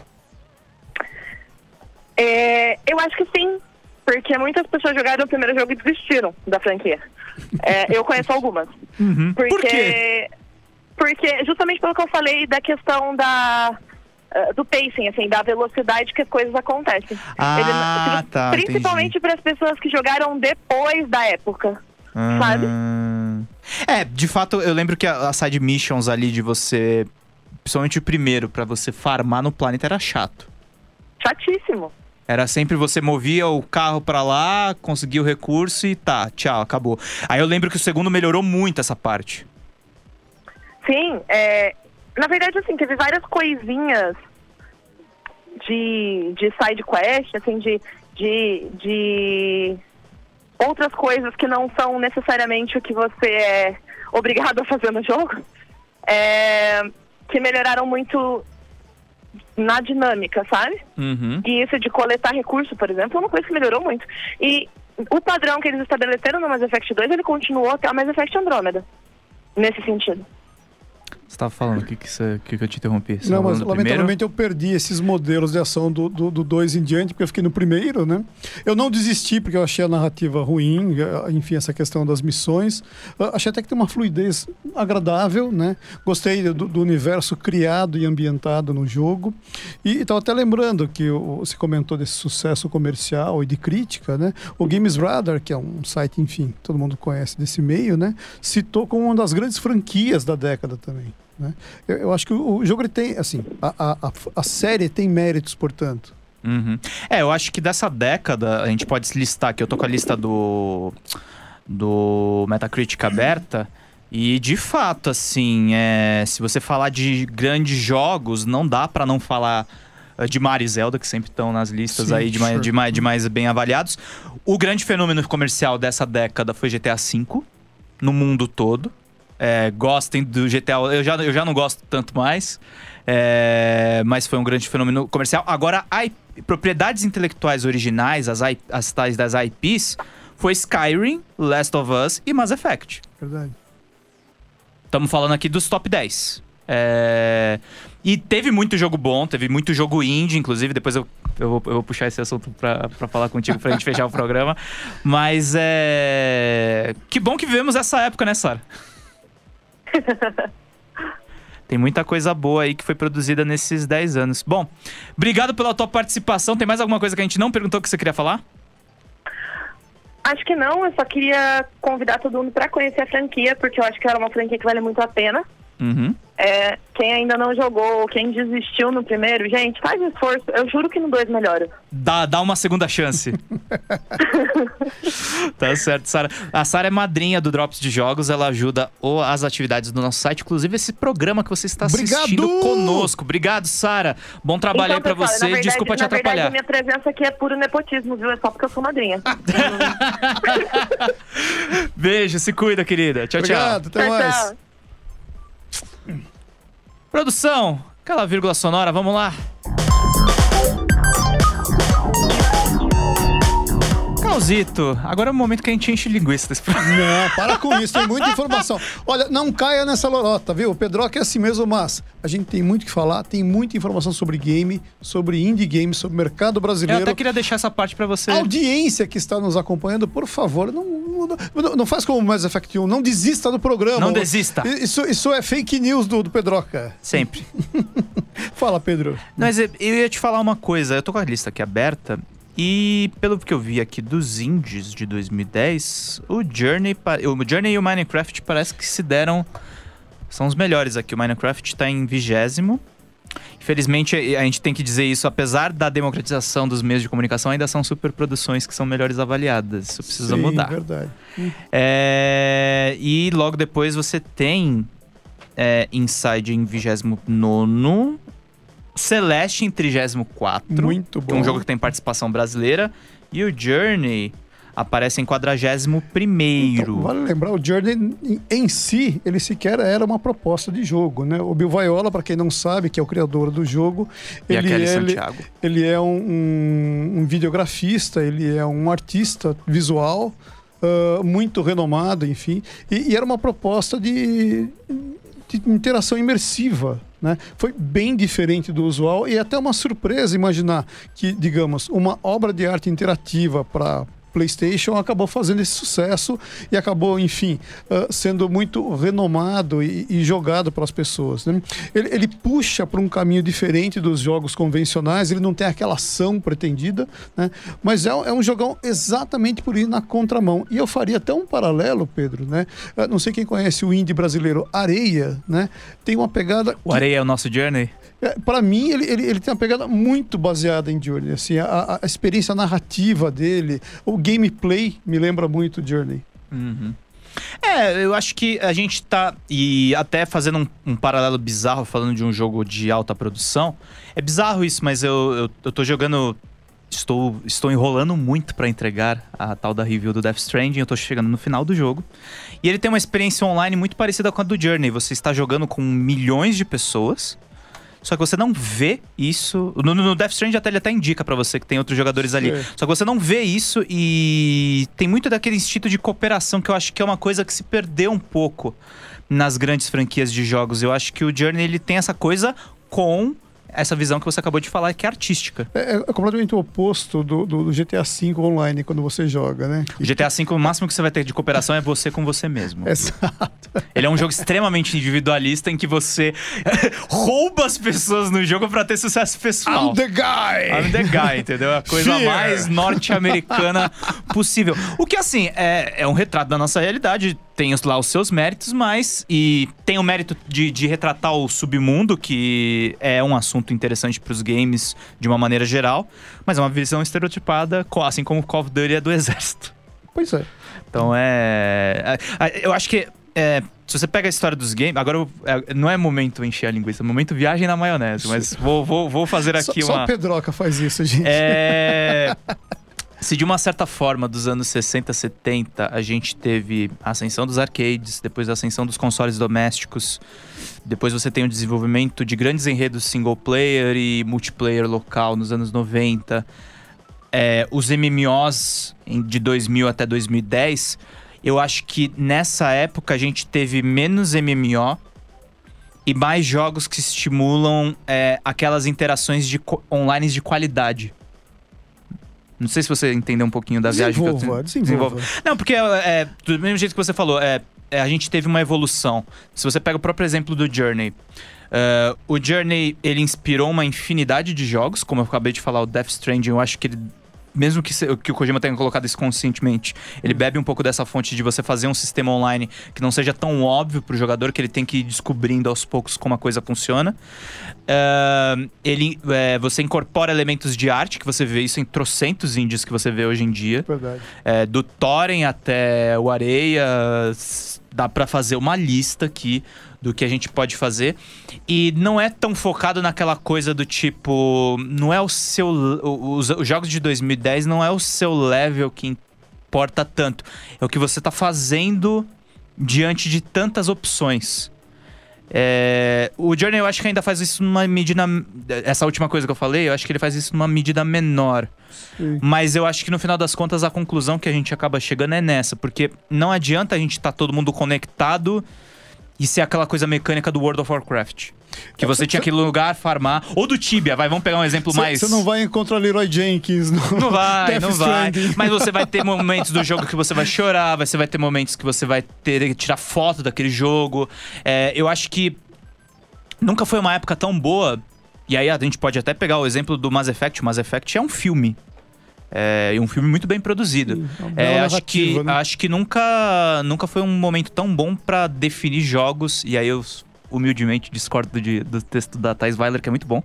Eu acho que sim. Porque muitas pessoas jogaram o primeiro jogo e desistiram da franquia. Eu conheço algumas. Uhum. Por quê? Porque justamente pelo que eu falei da questão do pacing, assim, da velocidade que as coisas acontecem. Principalmente para as pessoas que jogaram depois da época, sabe? De fato, eu lembro que as side missions ali de você, principalmente o primeiro, para você farmar no planeta, era chato. Chatíssimo. Era sempre você movia o carro pra lá, conseguia o recurso e tchau, acabou. Aí eu lembro que o segundo melhorou muito essa parte. Sim, na verdade, assim, teve várias coisinhas de side quest, assim, de outras coisas que não são necessariamente o que você é obrigado a fazer no jogo, que melhoraram muito na dinâmica, sabe? E isso de coletar recurso, por exemplo, é uma coisa que melhorou muito. E o padrão que eles estabeleceram no Mass Effect 2, ele continuou até o Mass Effect Andromeda, nesse sentido. Você tava falando, o que eu te interrompi? Você não, mas primeiro? lamentavelmente eu perdi esses modelos de ação do 2 em diante, porque eu fiquei no primeiro, né? Eu não desisti, porque eu achei a narrativa ruim, enfim, essa questão das missões. Achei até que tem uma fluidez agradável, né? Gostei do universo criado e ambientado no jogo. E estava até lembrando que você comentou desse sucesso comercial e de crítica, né? O Games Radar, que é um site, enfim, todo mundo conhece desse meio, né? Citou como uma das grandes franquias da década também. Né? Eu acho que o jogo ele tem, assim, a série tem méritos, portanto. Eu acho que dessa década, a gente pode listar aqui, eu tô com a lista do Metacritic aberta, e de fato, assim, se você falar de grandes jogos, não dá pra não falar de Mario e Zelda, que sempre estão nas listas. Sim, aí de mais bem avaliados. O grande fenômeno comercial dessa década foi GTA V, no mundo todo. Gostem do GTA, eu já não gosto tanto mais, mas foi um grande fenômeno comercial. Agora, propriedades intelectuais originais, as tais das IPs, foi Skyrim, Last of Us e Mass Effect. Verdade. Estamos falando aqui dos top 10. E teve muito jogo bom, teve muito jogo indie, inclusive. Depois eu vou puxar esse assunto pra falar contigo, pra gente fechar o programa. Mas que bom que vivemos essa época, né, Sara? Tem muita coisa boa aí que foi produzida nesses 10 anos. Bom, obrigado pela tua participação. Tem mais alguma coisa que a gente não perguntou que você queria falar? Acho que não, eu só queria convidar todo mundo pra conhecer a franquia, porque eu acho que era uma franquia que vale muito a pena. Quem ainda não jogou, quem desistiu no primeiro, gente, faz esforço. Eu juro que no 2 melhora. Dá uma segunda chance. Tá certo, Sara. A Sara é madrinha do Drops de Jogos. Ela ajuda as atividades do nosso site, inclusive esse programa que você está assistindo conosco. Obrigado, Sara. Bom trabalho aí pra você. Verdade, desculpa te atrapalhar. A minha presença aqui é puro nepotismo, viu? É só porque eu sou madrinha. Beijo, se cuida, querida. Tchau, Obrigado, tchau. Até mais. Tchau. Produção, aquela vírgula sonora, vamos lá. Causito, agora é o momento que a gente enche linguiça desse programa. Não, para com isso, tem muita informação. Olha, não caia nessa lorota, viu? O Pedroca é assim mesmo, mas a gente tem muito o que falar, tem muita informação sobre game, sobre indie game, sobre mercado brasileiro. Eu até queria deixar essa parte pra você. A audiência que está nos acompanhando, por favor, não faz como o Mass Effect 1, não desista do programa. Não desista. Isso é fake news do Pedroca. Sempre. Fala, Pedro. Mas eu ia te falar uma coisa, eu tô com a lista aqui aberta. E pelo que eu vi aqui dos indies de 2010, o Journey e o Minecraft parece que se deram... São os melhores aqui. O Minecraft tá em 20º. Infelizmente, a gente tem que dizer isso. Apesar da democratização dos meios de comunicação, ainda são superproduções que são melhores avaliadas. Isso precisa mudar. Sim, verdade. E logo depois você tem Inside em 29º. Celeste em 34º. Muito bom. Um jogo que tem participação brasileira. E o Journey aparece em 41º. Então, vale lembrar, o Journey em si, ele sequer era uma proposta de jogo, né? O Bill Viola, para quem não sabe, que é o criador do jogo, ele é um videografista, ele é um artista visual muito renomado, enfim. E era uma proposta de interação imersiva, né? Foi bem diferente do usual e até uma surpresa imaginar que, digamos, uma obra de arte interativa para PlayStation acabou fazendo esse sucesso e acabou, enfim, sendo muito renomado e jogado pelas pessoas, né? Ele puxa para um caminho diferente dos jogos convencionais, ele não tem aquela ação pretendida, né? Mas é um jogão exatamente por ir na contramão. E eu faria até um paralelo, Pedro, né? Não sei quem conhece o indie brasileiro Areia, né? Tem uma pegada... O Areia é o nosso Journey? Para mim, ele tem uma pegada muito baseada em Journey. Assim, a experiência narrativa dele, o gameplay me lembra muito Journey. Eu acho que a gente tá... E até fazendo um paralelo bizarro, falando de um jogo de alta produção. É bizarro isso, mas eu tô jogando Estou enrolando muito pra entregar a tal da review do Death Stranding. Eu tô chegando no final do jogo. E ele tem uma experiência online muito parecida com a do Journey. Você está jogando com milhões de pessoas, só que você não vê isso. No Death Stranding ele até indica pra você que tem outros jogadores ali. Só que você não vê isso e tem muito daquele instinto de cooperação que eu acho que é uma coisa que se perdeu um pouco nas grandes franquias de jogos. Eu acho que o Journey ele tem essa coisa com essa visão que você acabou de falar, que é artística. É completamente o oposto do GTA V online, quando você joga, né? O GTA V, o máximo que você vai ter de cooperação é você com você mesmo. Exato. Ele é um jogo extremamente individualista, em que você rouba as pessoas no jogo pra ter sucesso pessoal. I'm the guy, entendeu? A coisa mais norte-americana possível. O que, assim, é um retrato da nossa realidade. Tem lá os seus méritos, mas... E tem o mérito de retratar o submundo, que é um assunto interessante pros games de uma maneira geral. Mas é uma visão estereotipada, assim como o Call of Duty é do exército. Pois é. Então eu acho que... se você pega a história dos games... Agora não é momento encher a linguiça, é momento viagem na maionese. Mas vou fazer aqui só uma... Só o Pedroca faz isso, gente. Se de uma certa forma, dos anos 60, 70, a gente teve a ascensão dos arcades, depois a ascensão dos consoles domésticos, depois você tem o desenvolvimento de grandes enredos single player e multiplayer local nos anos 90, os MMOs de 2000 até 2010, eu acho que nessa época a gente teve menos MMO e mais jogos que estimulam aquelas interações online de qualidade. Não sei se você entendeu um pouquinho da viagem que eu desenvolva. Não, porque do mesmo jeito que você falou, a gente teve uma evolução. Se você pega o próprio exemplo do Journey, o Journey, ele inspirou uma infinidade de jogos, como eu acabei de falar, o Death Stranding, eu acho que ele... Mesmo que o Kojima tenha colocado isso conscientemente, ele bebe um pouco dessa fonte de você fazer um sistema online que não seja tão óbvio pro jogador, que ele tem que ir descobrindo aos poucos como a coisa funciona. Você incorpora elementos de arte, que você vê isso em trocentos indies que você vê hoje em dia. Verdade. Do Thorin até o Areia, dá pra fazer uma lista aqui do que a gente pode fazer. E não é tão focado naquela coisa do tipo... Não é o seu... Os jogos de 2010 não é o seu level que importa tanto. É o que você tá fazendo diante de tantas opções. O Journey, eu acho que ainda faz isso numa medida... Essa última coisa que eu falei, eu acho que ele faz isso numa medida menor. Sim. Mas eu acho que no final das contas a conclusão que a gente acaba chegando é nessa. Porque não adianta a gente estar todo mundo conectado e ser aquela coisa mecânica do World of Warcraft. Que você tinha aquele lugar, farmar. Ou do Tibia, vamos pegar um exemplo mais... Você não vai encontrar Leroy Jenkins Não vai. Mas você vai ter momentos do jogo que você vai chorar, você vai ter momentos que você vai tirar foto daquele jogo. Eu acho que nunca foi uma época tão boa. E aí a gente pode até pegar o exemplo do Mass Effect. O Mass Effect é um filme. É um filme muito bem produzido. Sim, acho que nunca foi um momento tão bom pra definir jogos. E aí eu humildemente discordo do texto da Thais Weiler, que é muito bom.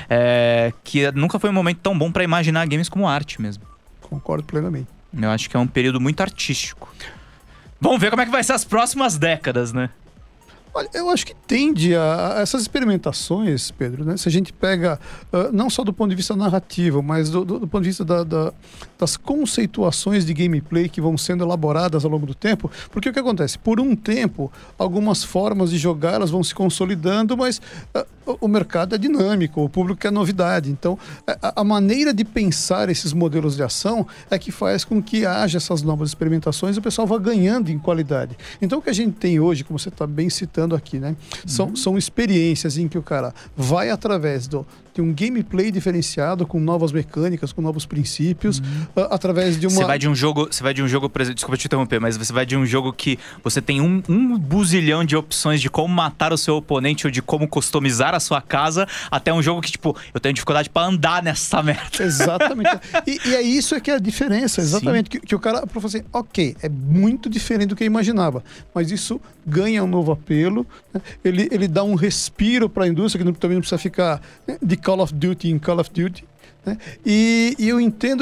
Que nunca foi um momento tão bom pra imaginar games como arte mesmo. Concordo plenamente. Eu acho que é um período muito artístico. Vamos ver como é que vai ser as próximas décadas, né? Olha, eu acho que tende a essas experimentações, Pedro, né? Se a gente pega, não só do ponto de vista narrativo, mas do ponto de vista das conceituações de gameplay que vão sendo elaboradas ao longo do tempo, porque o que acontece? Por um tempo, algumas formas de jogar elas vão se consolidando, mas o mercado é dinâmico, o público quer novidade. Então, a maneira de pensar esses modelos de ação é que faz com que haja essas novas experimentações e o pessoal vá ganhando em qualidade. Então, o que a gente tem hoje, como você está bem citando aqui, né? São experiências em que o cara vai através de um gameplay diferenciado, com novas mecânicas, com novos princípios, através de uma... Você vai de um jogo, por exemplo, desculpa te interromper, mas você vai de um jogo que você tem um buzilhão de opções de como matar o seu oponente ou de como customizar a sua casa, até um jogo que, tipo, eu tenho dificuldade pra andar nessa merda. Exatamente. E é isso que é a diferença, exatamente. Que o cara falou assim, ok, é muito diferente do que eu imaginava, mas isso ganha um novo apelo, né? Ele dá um respiro para a indústria, que também não precisa ficar de Call of Duty em Call of Duty, né? E eu entendo que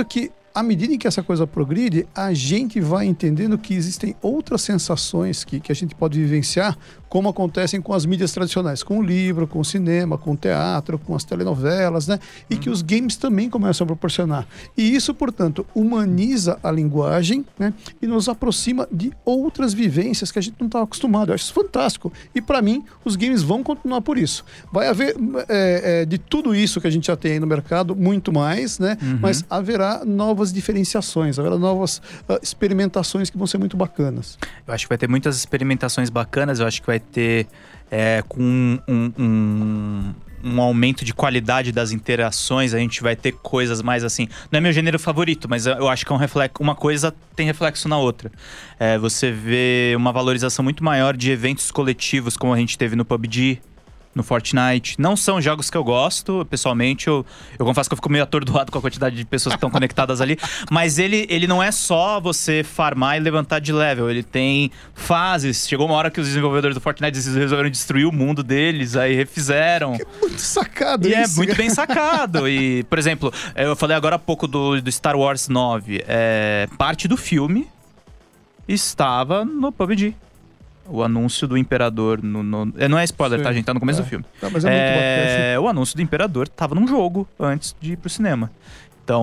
à medida em que essa coisa progride, a gente vai entendendo que existem outras sensações que a gente pode vivenciar, como acontecem com as mídias tradicionais, com o livro, com o cinema, com o teatro, com as telenovelas, né? E que os games também começam a proporcionar. E isso, portanto, humaniza a linguagem, né? E nos aproxima de outras vivências que a gente não estava acostumado. Eu acho isso fantástico. E para mim, os games vão continuar por isso. Vai haver de tudo isso que a gente já tem aí no mercado, muito mais, né? Mas haverá novas diferenciações, haverá novas experimentações que vão ser muito bacanas. Eu acho que vai ter muitas experimentações bacanas, eu acho que vai ter com um aumento de qualidade das interações, a gente vai ter coisas mais assim. Não é meu gênero favorito, mas eu acho que uma coisa tem reflexo na outra. Você vê uma valorização muito maior de eventos coletivos, como a gente teve no PUBG, no Fortnite. Não são jogos que eu gosto, pessoalmente. Eu confesso que eu fico meio atordoado com a quantidade de pessoas que estão conectadas ali. Mas ele não é só você farmar e levantar de level. Ele tem fases. Chegou uma hora que os desenvolvedores do Fortnite resolveram destruir o mundo deles, aí refizeram. Que muito sacado e isso. É muito bem sacado. E, por exemplo, eu falei agora há pouco do Star Wars 9. Parte do filme estava no PUBG. O anúncio do Imperador não é spoiler, sim, tá, gente? Tá no começo do filme. Tá, mas é muito bacana. O anúncio do Imperador tava num jogo antes de ir pro cinema. Então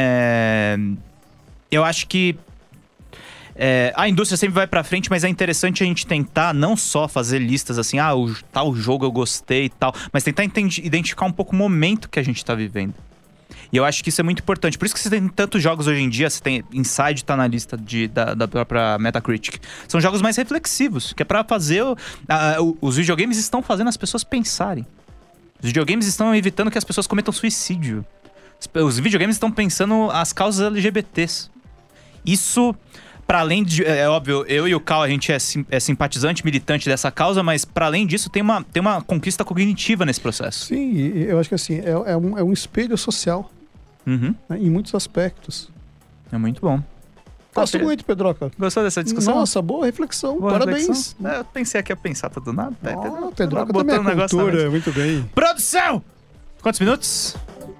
eu acho que a indústria sempre vai pra frente, mas é interessante a gente tentar não só fazer listas assim, tal jogo eu gostei e tal, mas tentar identificar um pouco o momento que a gente tá vivendo. E eu acho que isso é muito importante. Por isso que você tem tantos jogos hoje em dia. Você tem Inside, tá na lista da própria Metacritic. São jogos mais reflexivos, que é pra fazer... os videogames estão fazendo as pessoas pensarem. Os videogames estão evitando que as pessoas cometam suicídio. Os videogames estão pensando as causas LGBTs. Isso, para além de... É óbvio, eu e o Cal, a gente é simpatizante, militante dessa causa, mas para além disso tem uma conquista cognitiva nesse processo. Sim, eu acho que assim, é um espelho social. Né, em muitos aspectos. É muito bom. Gosto muito, Pedroca. Gostou dessa discussão? Nossa, boa reflexão. Boa Parabéns. Reflexão. Eu pensei aqui a pensar tudo nada. Pedroca também é cultura, muito bem. Produção! Quantos minutos?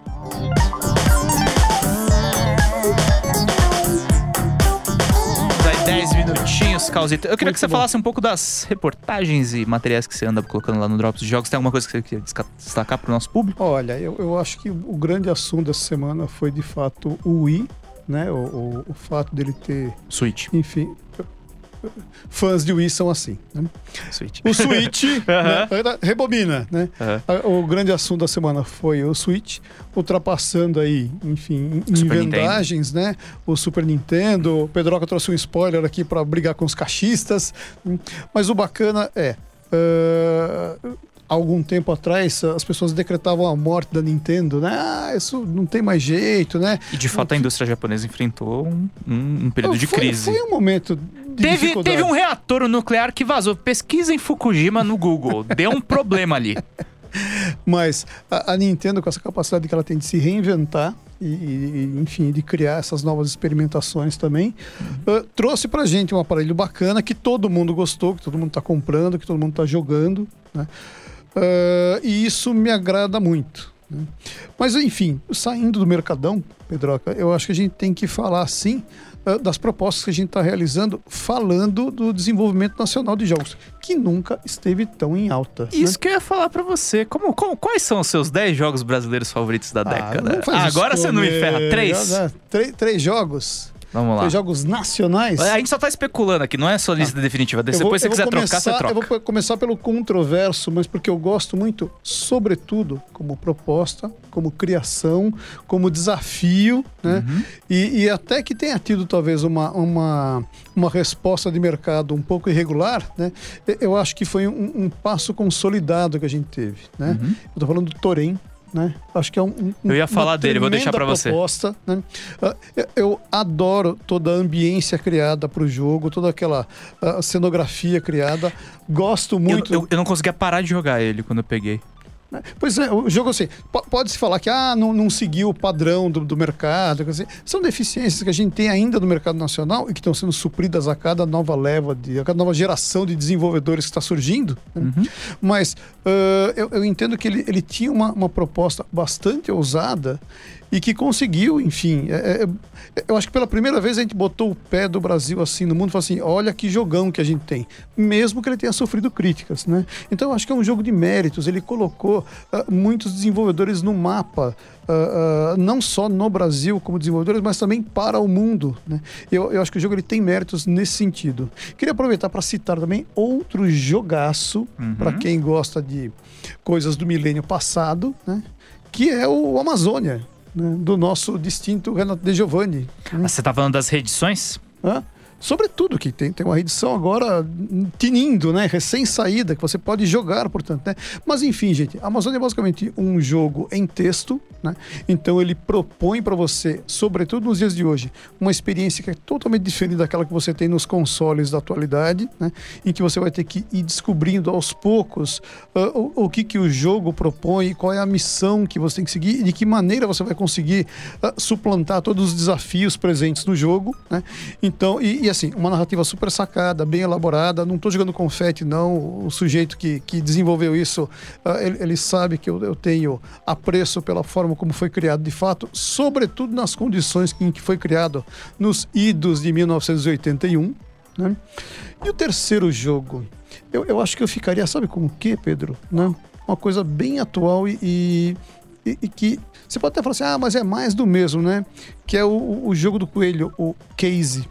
Aí 10 minutinhos, Causita. Eu queria que você falasse um pouco das reportagens e materiais que você anda colocando lá no Drops de Jogos. Tem alguma coisa que você queria destacar para o nosso público? Olha, eu acho que o grande assunto dessa semana foi, de fato, o Wii, né? O fato dele ter... Switch. Enfim... Fãs de Wii são assim, né? Switch. O Switch, né? Rebobina, né? O grande assunto da semana foi o Switch, ultrapassando aí, enfim, em vendagens, né? O Super Nintendo. O Pedroca trouxe um spoiler aqui para brigar com os cachistas. Mas o bacana algum tempo atrás, as pessoas decretavam a morte da Nintendo, né? Isso não tem mais jeito, né? E de fato a indústria japonesa enfrentou um período de crise. Foi um momento de dificuldade. Teve um reator nuclear que vazou. Pesquisa em Fukushima no Google. Deu um problema ali. Mas a Nintendo, com essa capacidade que ela tem de se reinventar e enfim, de criar essas novas experimentações também, trouxe pra gente um aparelho bacana que todo mundo gostou, que todo mundo tá comprando, que todo mundo tá jogando, né? E isso me agrada muito, né? Mas enfim, saindo do Mercadão, Pedroca, eu acho que a gente tem que falar sim das propostas que a gente está realizando, falando do desenvolvimento nacional de jogos, que nunca esteve tão em alta. Isso, né? Que eu ia falar pra você. Quais são os seus 10 jogos brasileiros favoritos da década? Agora você não me ferra. 3? 3 jogos. Vamos lá. 3 jogos nacionais. A gente só tá especulando aqui, não é só lista definitiva. Depois, se você quiser trocar, você troca. Eu vou começar pelo controverso, mas porque eu gosto muito, sobretudo, como proposta, como criação, como desafio, né? E até que tenha tido, talvez, uma resposta de mercado um pouco irregular, né? Eu acho que foi um passo consolidado que a gente teve, né? Eu tô falando do Torém, né? Acho que é eu ia falar dele, vou deixar pra você. Proposta, né? Eu adoro toda a ambiência criada pro jogo, toda aquela cenografia criada. Gosto muito. Eu não conseguia parar de jogar ele quando eu peguei. Pois é, o jogo assim, pode-se falar que não seguiu o padrão do mercado, assim, são deficiências que a gente tem ainda no mercado nacional e que estão sendo supridas a cada nova leva, a cada nova geração de desenvolvedores que está surgindo, né? Mas eu entendo que ele tinha uma proposta bastante ousada e que conseguiu, enfim, eu acho que pela primeira vez a gente botou o pé do Brasil assim no mundo e falou assim, olha que jogão que a gente tem, mesmo que ele tenha sofrido críticas, né? Então eu acho que é um jogo de méritos, ele colocou muitos desenvolvedores no mapa, não só no Brasil como desenvolvedores, mas também para o mundo, né? Eu acho que o jogo ele tem méritos nesse sentido. Queria aproveitar para citar também outro jogaço, para quem gosta de coisas do milênio passado, né? Que é o Amazônia, né? Do nosso distinto Renato De Giovanni. Você tá falando das reedições? Sobretudo que tem uma reedição agora tinindo, né? Recém-saída, que você pode jogar, portanto, né? Mas enfim, gente, a Amazônia é basicamente um jogo em texto, né? Então ele propõe para você, sobretudo nos dias de hoje, uma experiência que é totalmente diferente daquela que você tem nos consoles da atualidade, né? Em que você vai ter que ir descobrindo aos poucos o que o jogo propõe, qual é a missão que você tem que seguir e de que maneira você vai conseguir suplantar todos os desafios presentes no jogo, né? Então, e assim, uma narrativa super sacada, bem elaborada. Não estou jogando confete, não. O sujeito que desenvolveu isso, ele sabe que eu tenho apreço pela forma como foi criado de fato, sobretudo nas condições em que foi criado nos idos de 1981, né? E o terceiro jogo, eu acho que eu ficaria, sabe com o quê, Pedro? Né? Uma coisa bem atual e que você pode até falar assim, mas é mais do mesmo, né? Que é o jogo do coelho, o Case.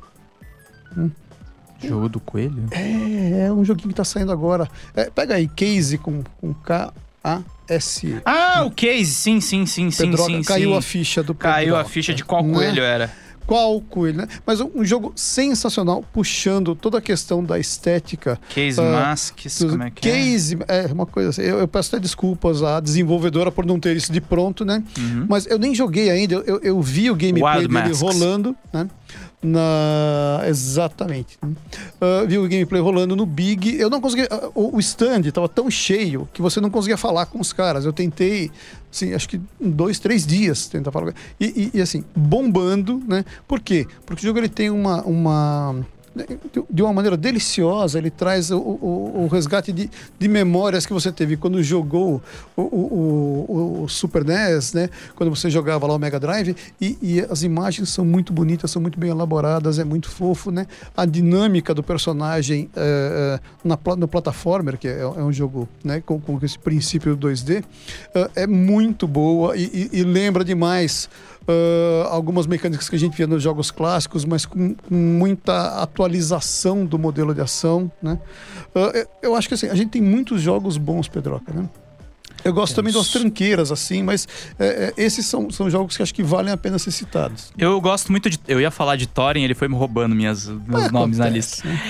Jogo do coelho? É um joguinho que tá saindo agora. Pega aí, Case com K-A-S. O Case, sim. Caiu a ficha do Pedroca. Caiu a ficha de qual coelho era. Qual coelho, né? Mas um jogo sensacional, puxando toda a questão da estética. Case Masks, como é que Case, uma coisa assim. Eu peço até desculpas à desenvolvedora por não ter isso de pronto, né? Mas eu nem joguei ainda, eu vi o gameplay dele rolando, né? Exatamente. Vi o gameplay rolando no Big. Eu não conseguia. O stand estava tão cheio que você não conseguia falar com os caras. Eu tentei, assim, acho que 2, 3 dias tentar falar. E assim, bombando, né? Por quê? Porque o jogo ele tem de uma maneira deliciosa, ele traz o resgate de memórias que você teve quando jogou o Super NES, né? Quando você jogava lá o Mega Drive, e as imagens são muito bonitas, são muito bem elaboradas, é muito fofo, né? A dinâmica do personagem no plataformer, que é um jogo, né, com esse princípio do 2D, é muito boa e lembra demais algumas mecânicas que a gente via nos jogos clássicos, mas com muita atualização do modelo de ação, né? Eu acho que assim, a gente tem muitos jogos bons, Pedroca, né? Eu gosto também das tranqueiras, assim, mas esses são jogos que acho que valem a pena ser citados. Eu gosto muito de... Eu ia falar de Thorin, ele foi me roubando meus nomes na lista. Né?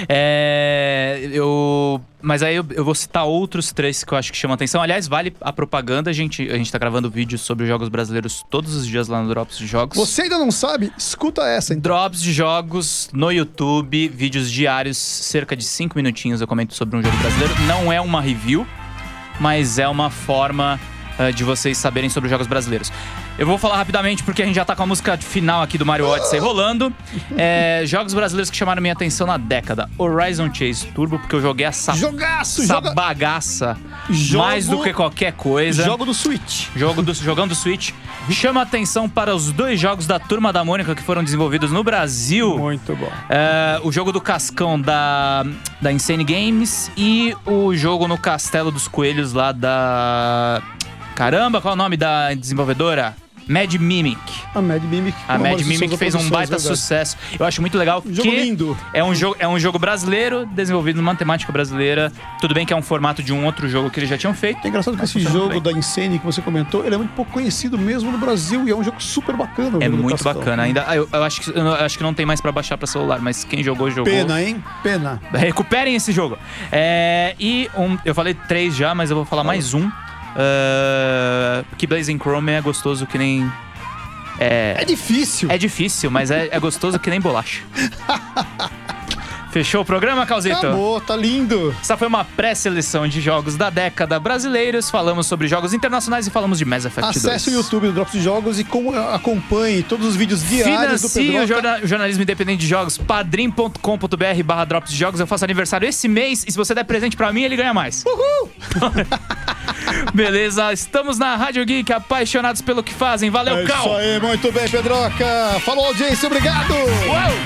Mas aí eu vou citar outros 3 que eu acho que chamam atenção. Aliás, vale a propaganda. A gente tá gravando vídeos sobre jogos brasileiros todos os dias lá no Drops de Jogos. Você ainda não sabe? Escuta essa, então. Drops de Jogos no YouTube, vídeos diários, cerca de 5 minutinhos eu comento sobre um jogo brasileiro. Não é uma review, mas é uma forma de vocês saberem sobre os jogos brasileiros. Eu vou falar rapidamente porque a gente já tá com a música final aqui do Mario Odyssey rolando. Jogos brasileiros que chamaram minha atenção na década. Horizon Chase Turbo, porque eu joguei essa bagaça mais do que qualquer coisa. Jogo do Switch. Jogão do Switch. Chama atenção para os 2 jogos da Turma da Mônica que foram desenvolvidos no Brasil. Muito bom. O jogo do Cascão da Insane Games e o jogo no Castelo dos Coelhos lá da... Caramba, qual é o nome da desenvolvedora? Mad Mimic. A Mad Mimic fez um baita sucesso. Eu acho muito legal. Jogo lindo. É um jogo brasileiro, desenvolvido numa temática brasileira. Tudo bem que é um formato de um outro jogo que eles já tinham feito. É engraçado que esse jogo da Insane que você comentou, ele é muito pouco conhecido mesmo no Brasil e é um jogo super bacana. É muito bacana. Ainda, eu acho que não tem mais pra baixar pra celular, mas quem jogou. Pena, hein? Pena. Recuperem esse jogo. Eu falei 3 já, mas eu vou falar mais um. Que Blazing Chrome é gostoso que nem... É difícil. É difícil, mas é gostoso que nem bolacha. Fechou o programa, Causito? Acabou, tá lindo. Essa foi uma pré-seleção de jogos da década brasileiros. Falamos sobre jogos internacionais e falamos de Mass Effect 2. Acesse o YouTube do Drops de Jogos e acompanhe todos os vídeos diários do Pedroca. Financie o jornalismo independente de jogos, padrim.com.br/drops de jogos. Eu faço aniversário esse mês e se você der presente pra mim, ele ganha mais. Uhul! Beleza, estamos na Rádio Geek, apaixonados pelo que fazem. Valeu, Cal! Isso aí, muito bem, Pedroca. Falou, audiência, obrigado! Uau!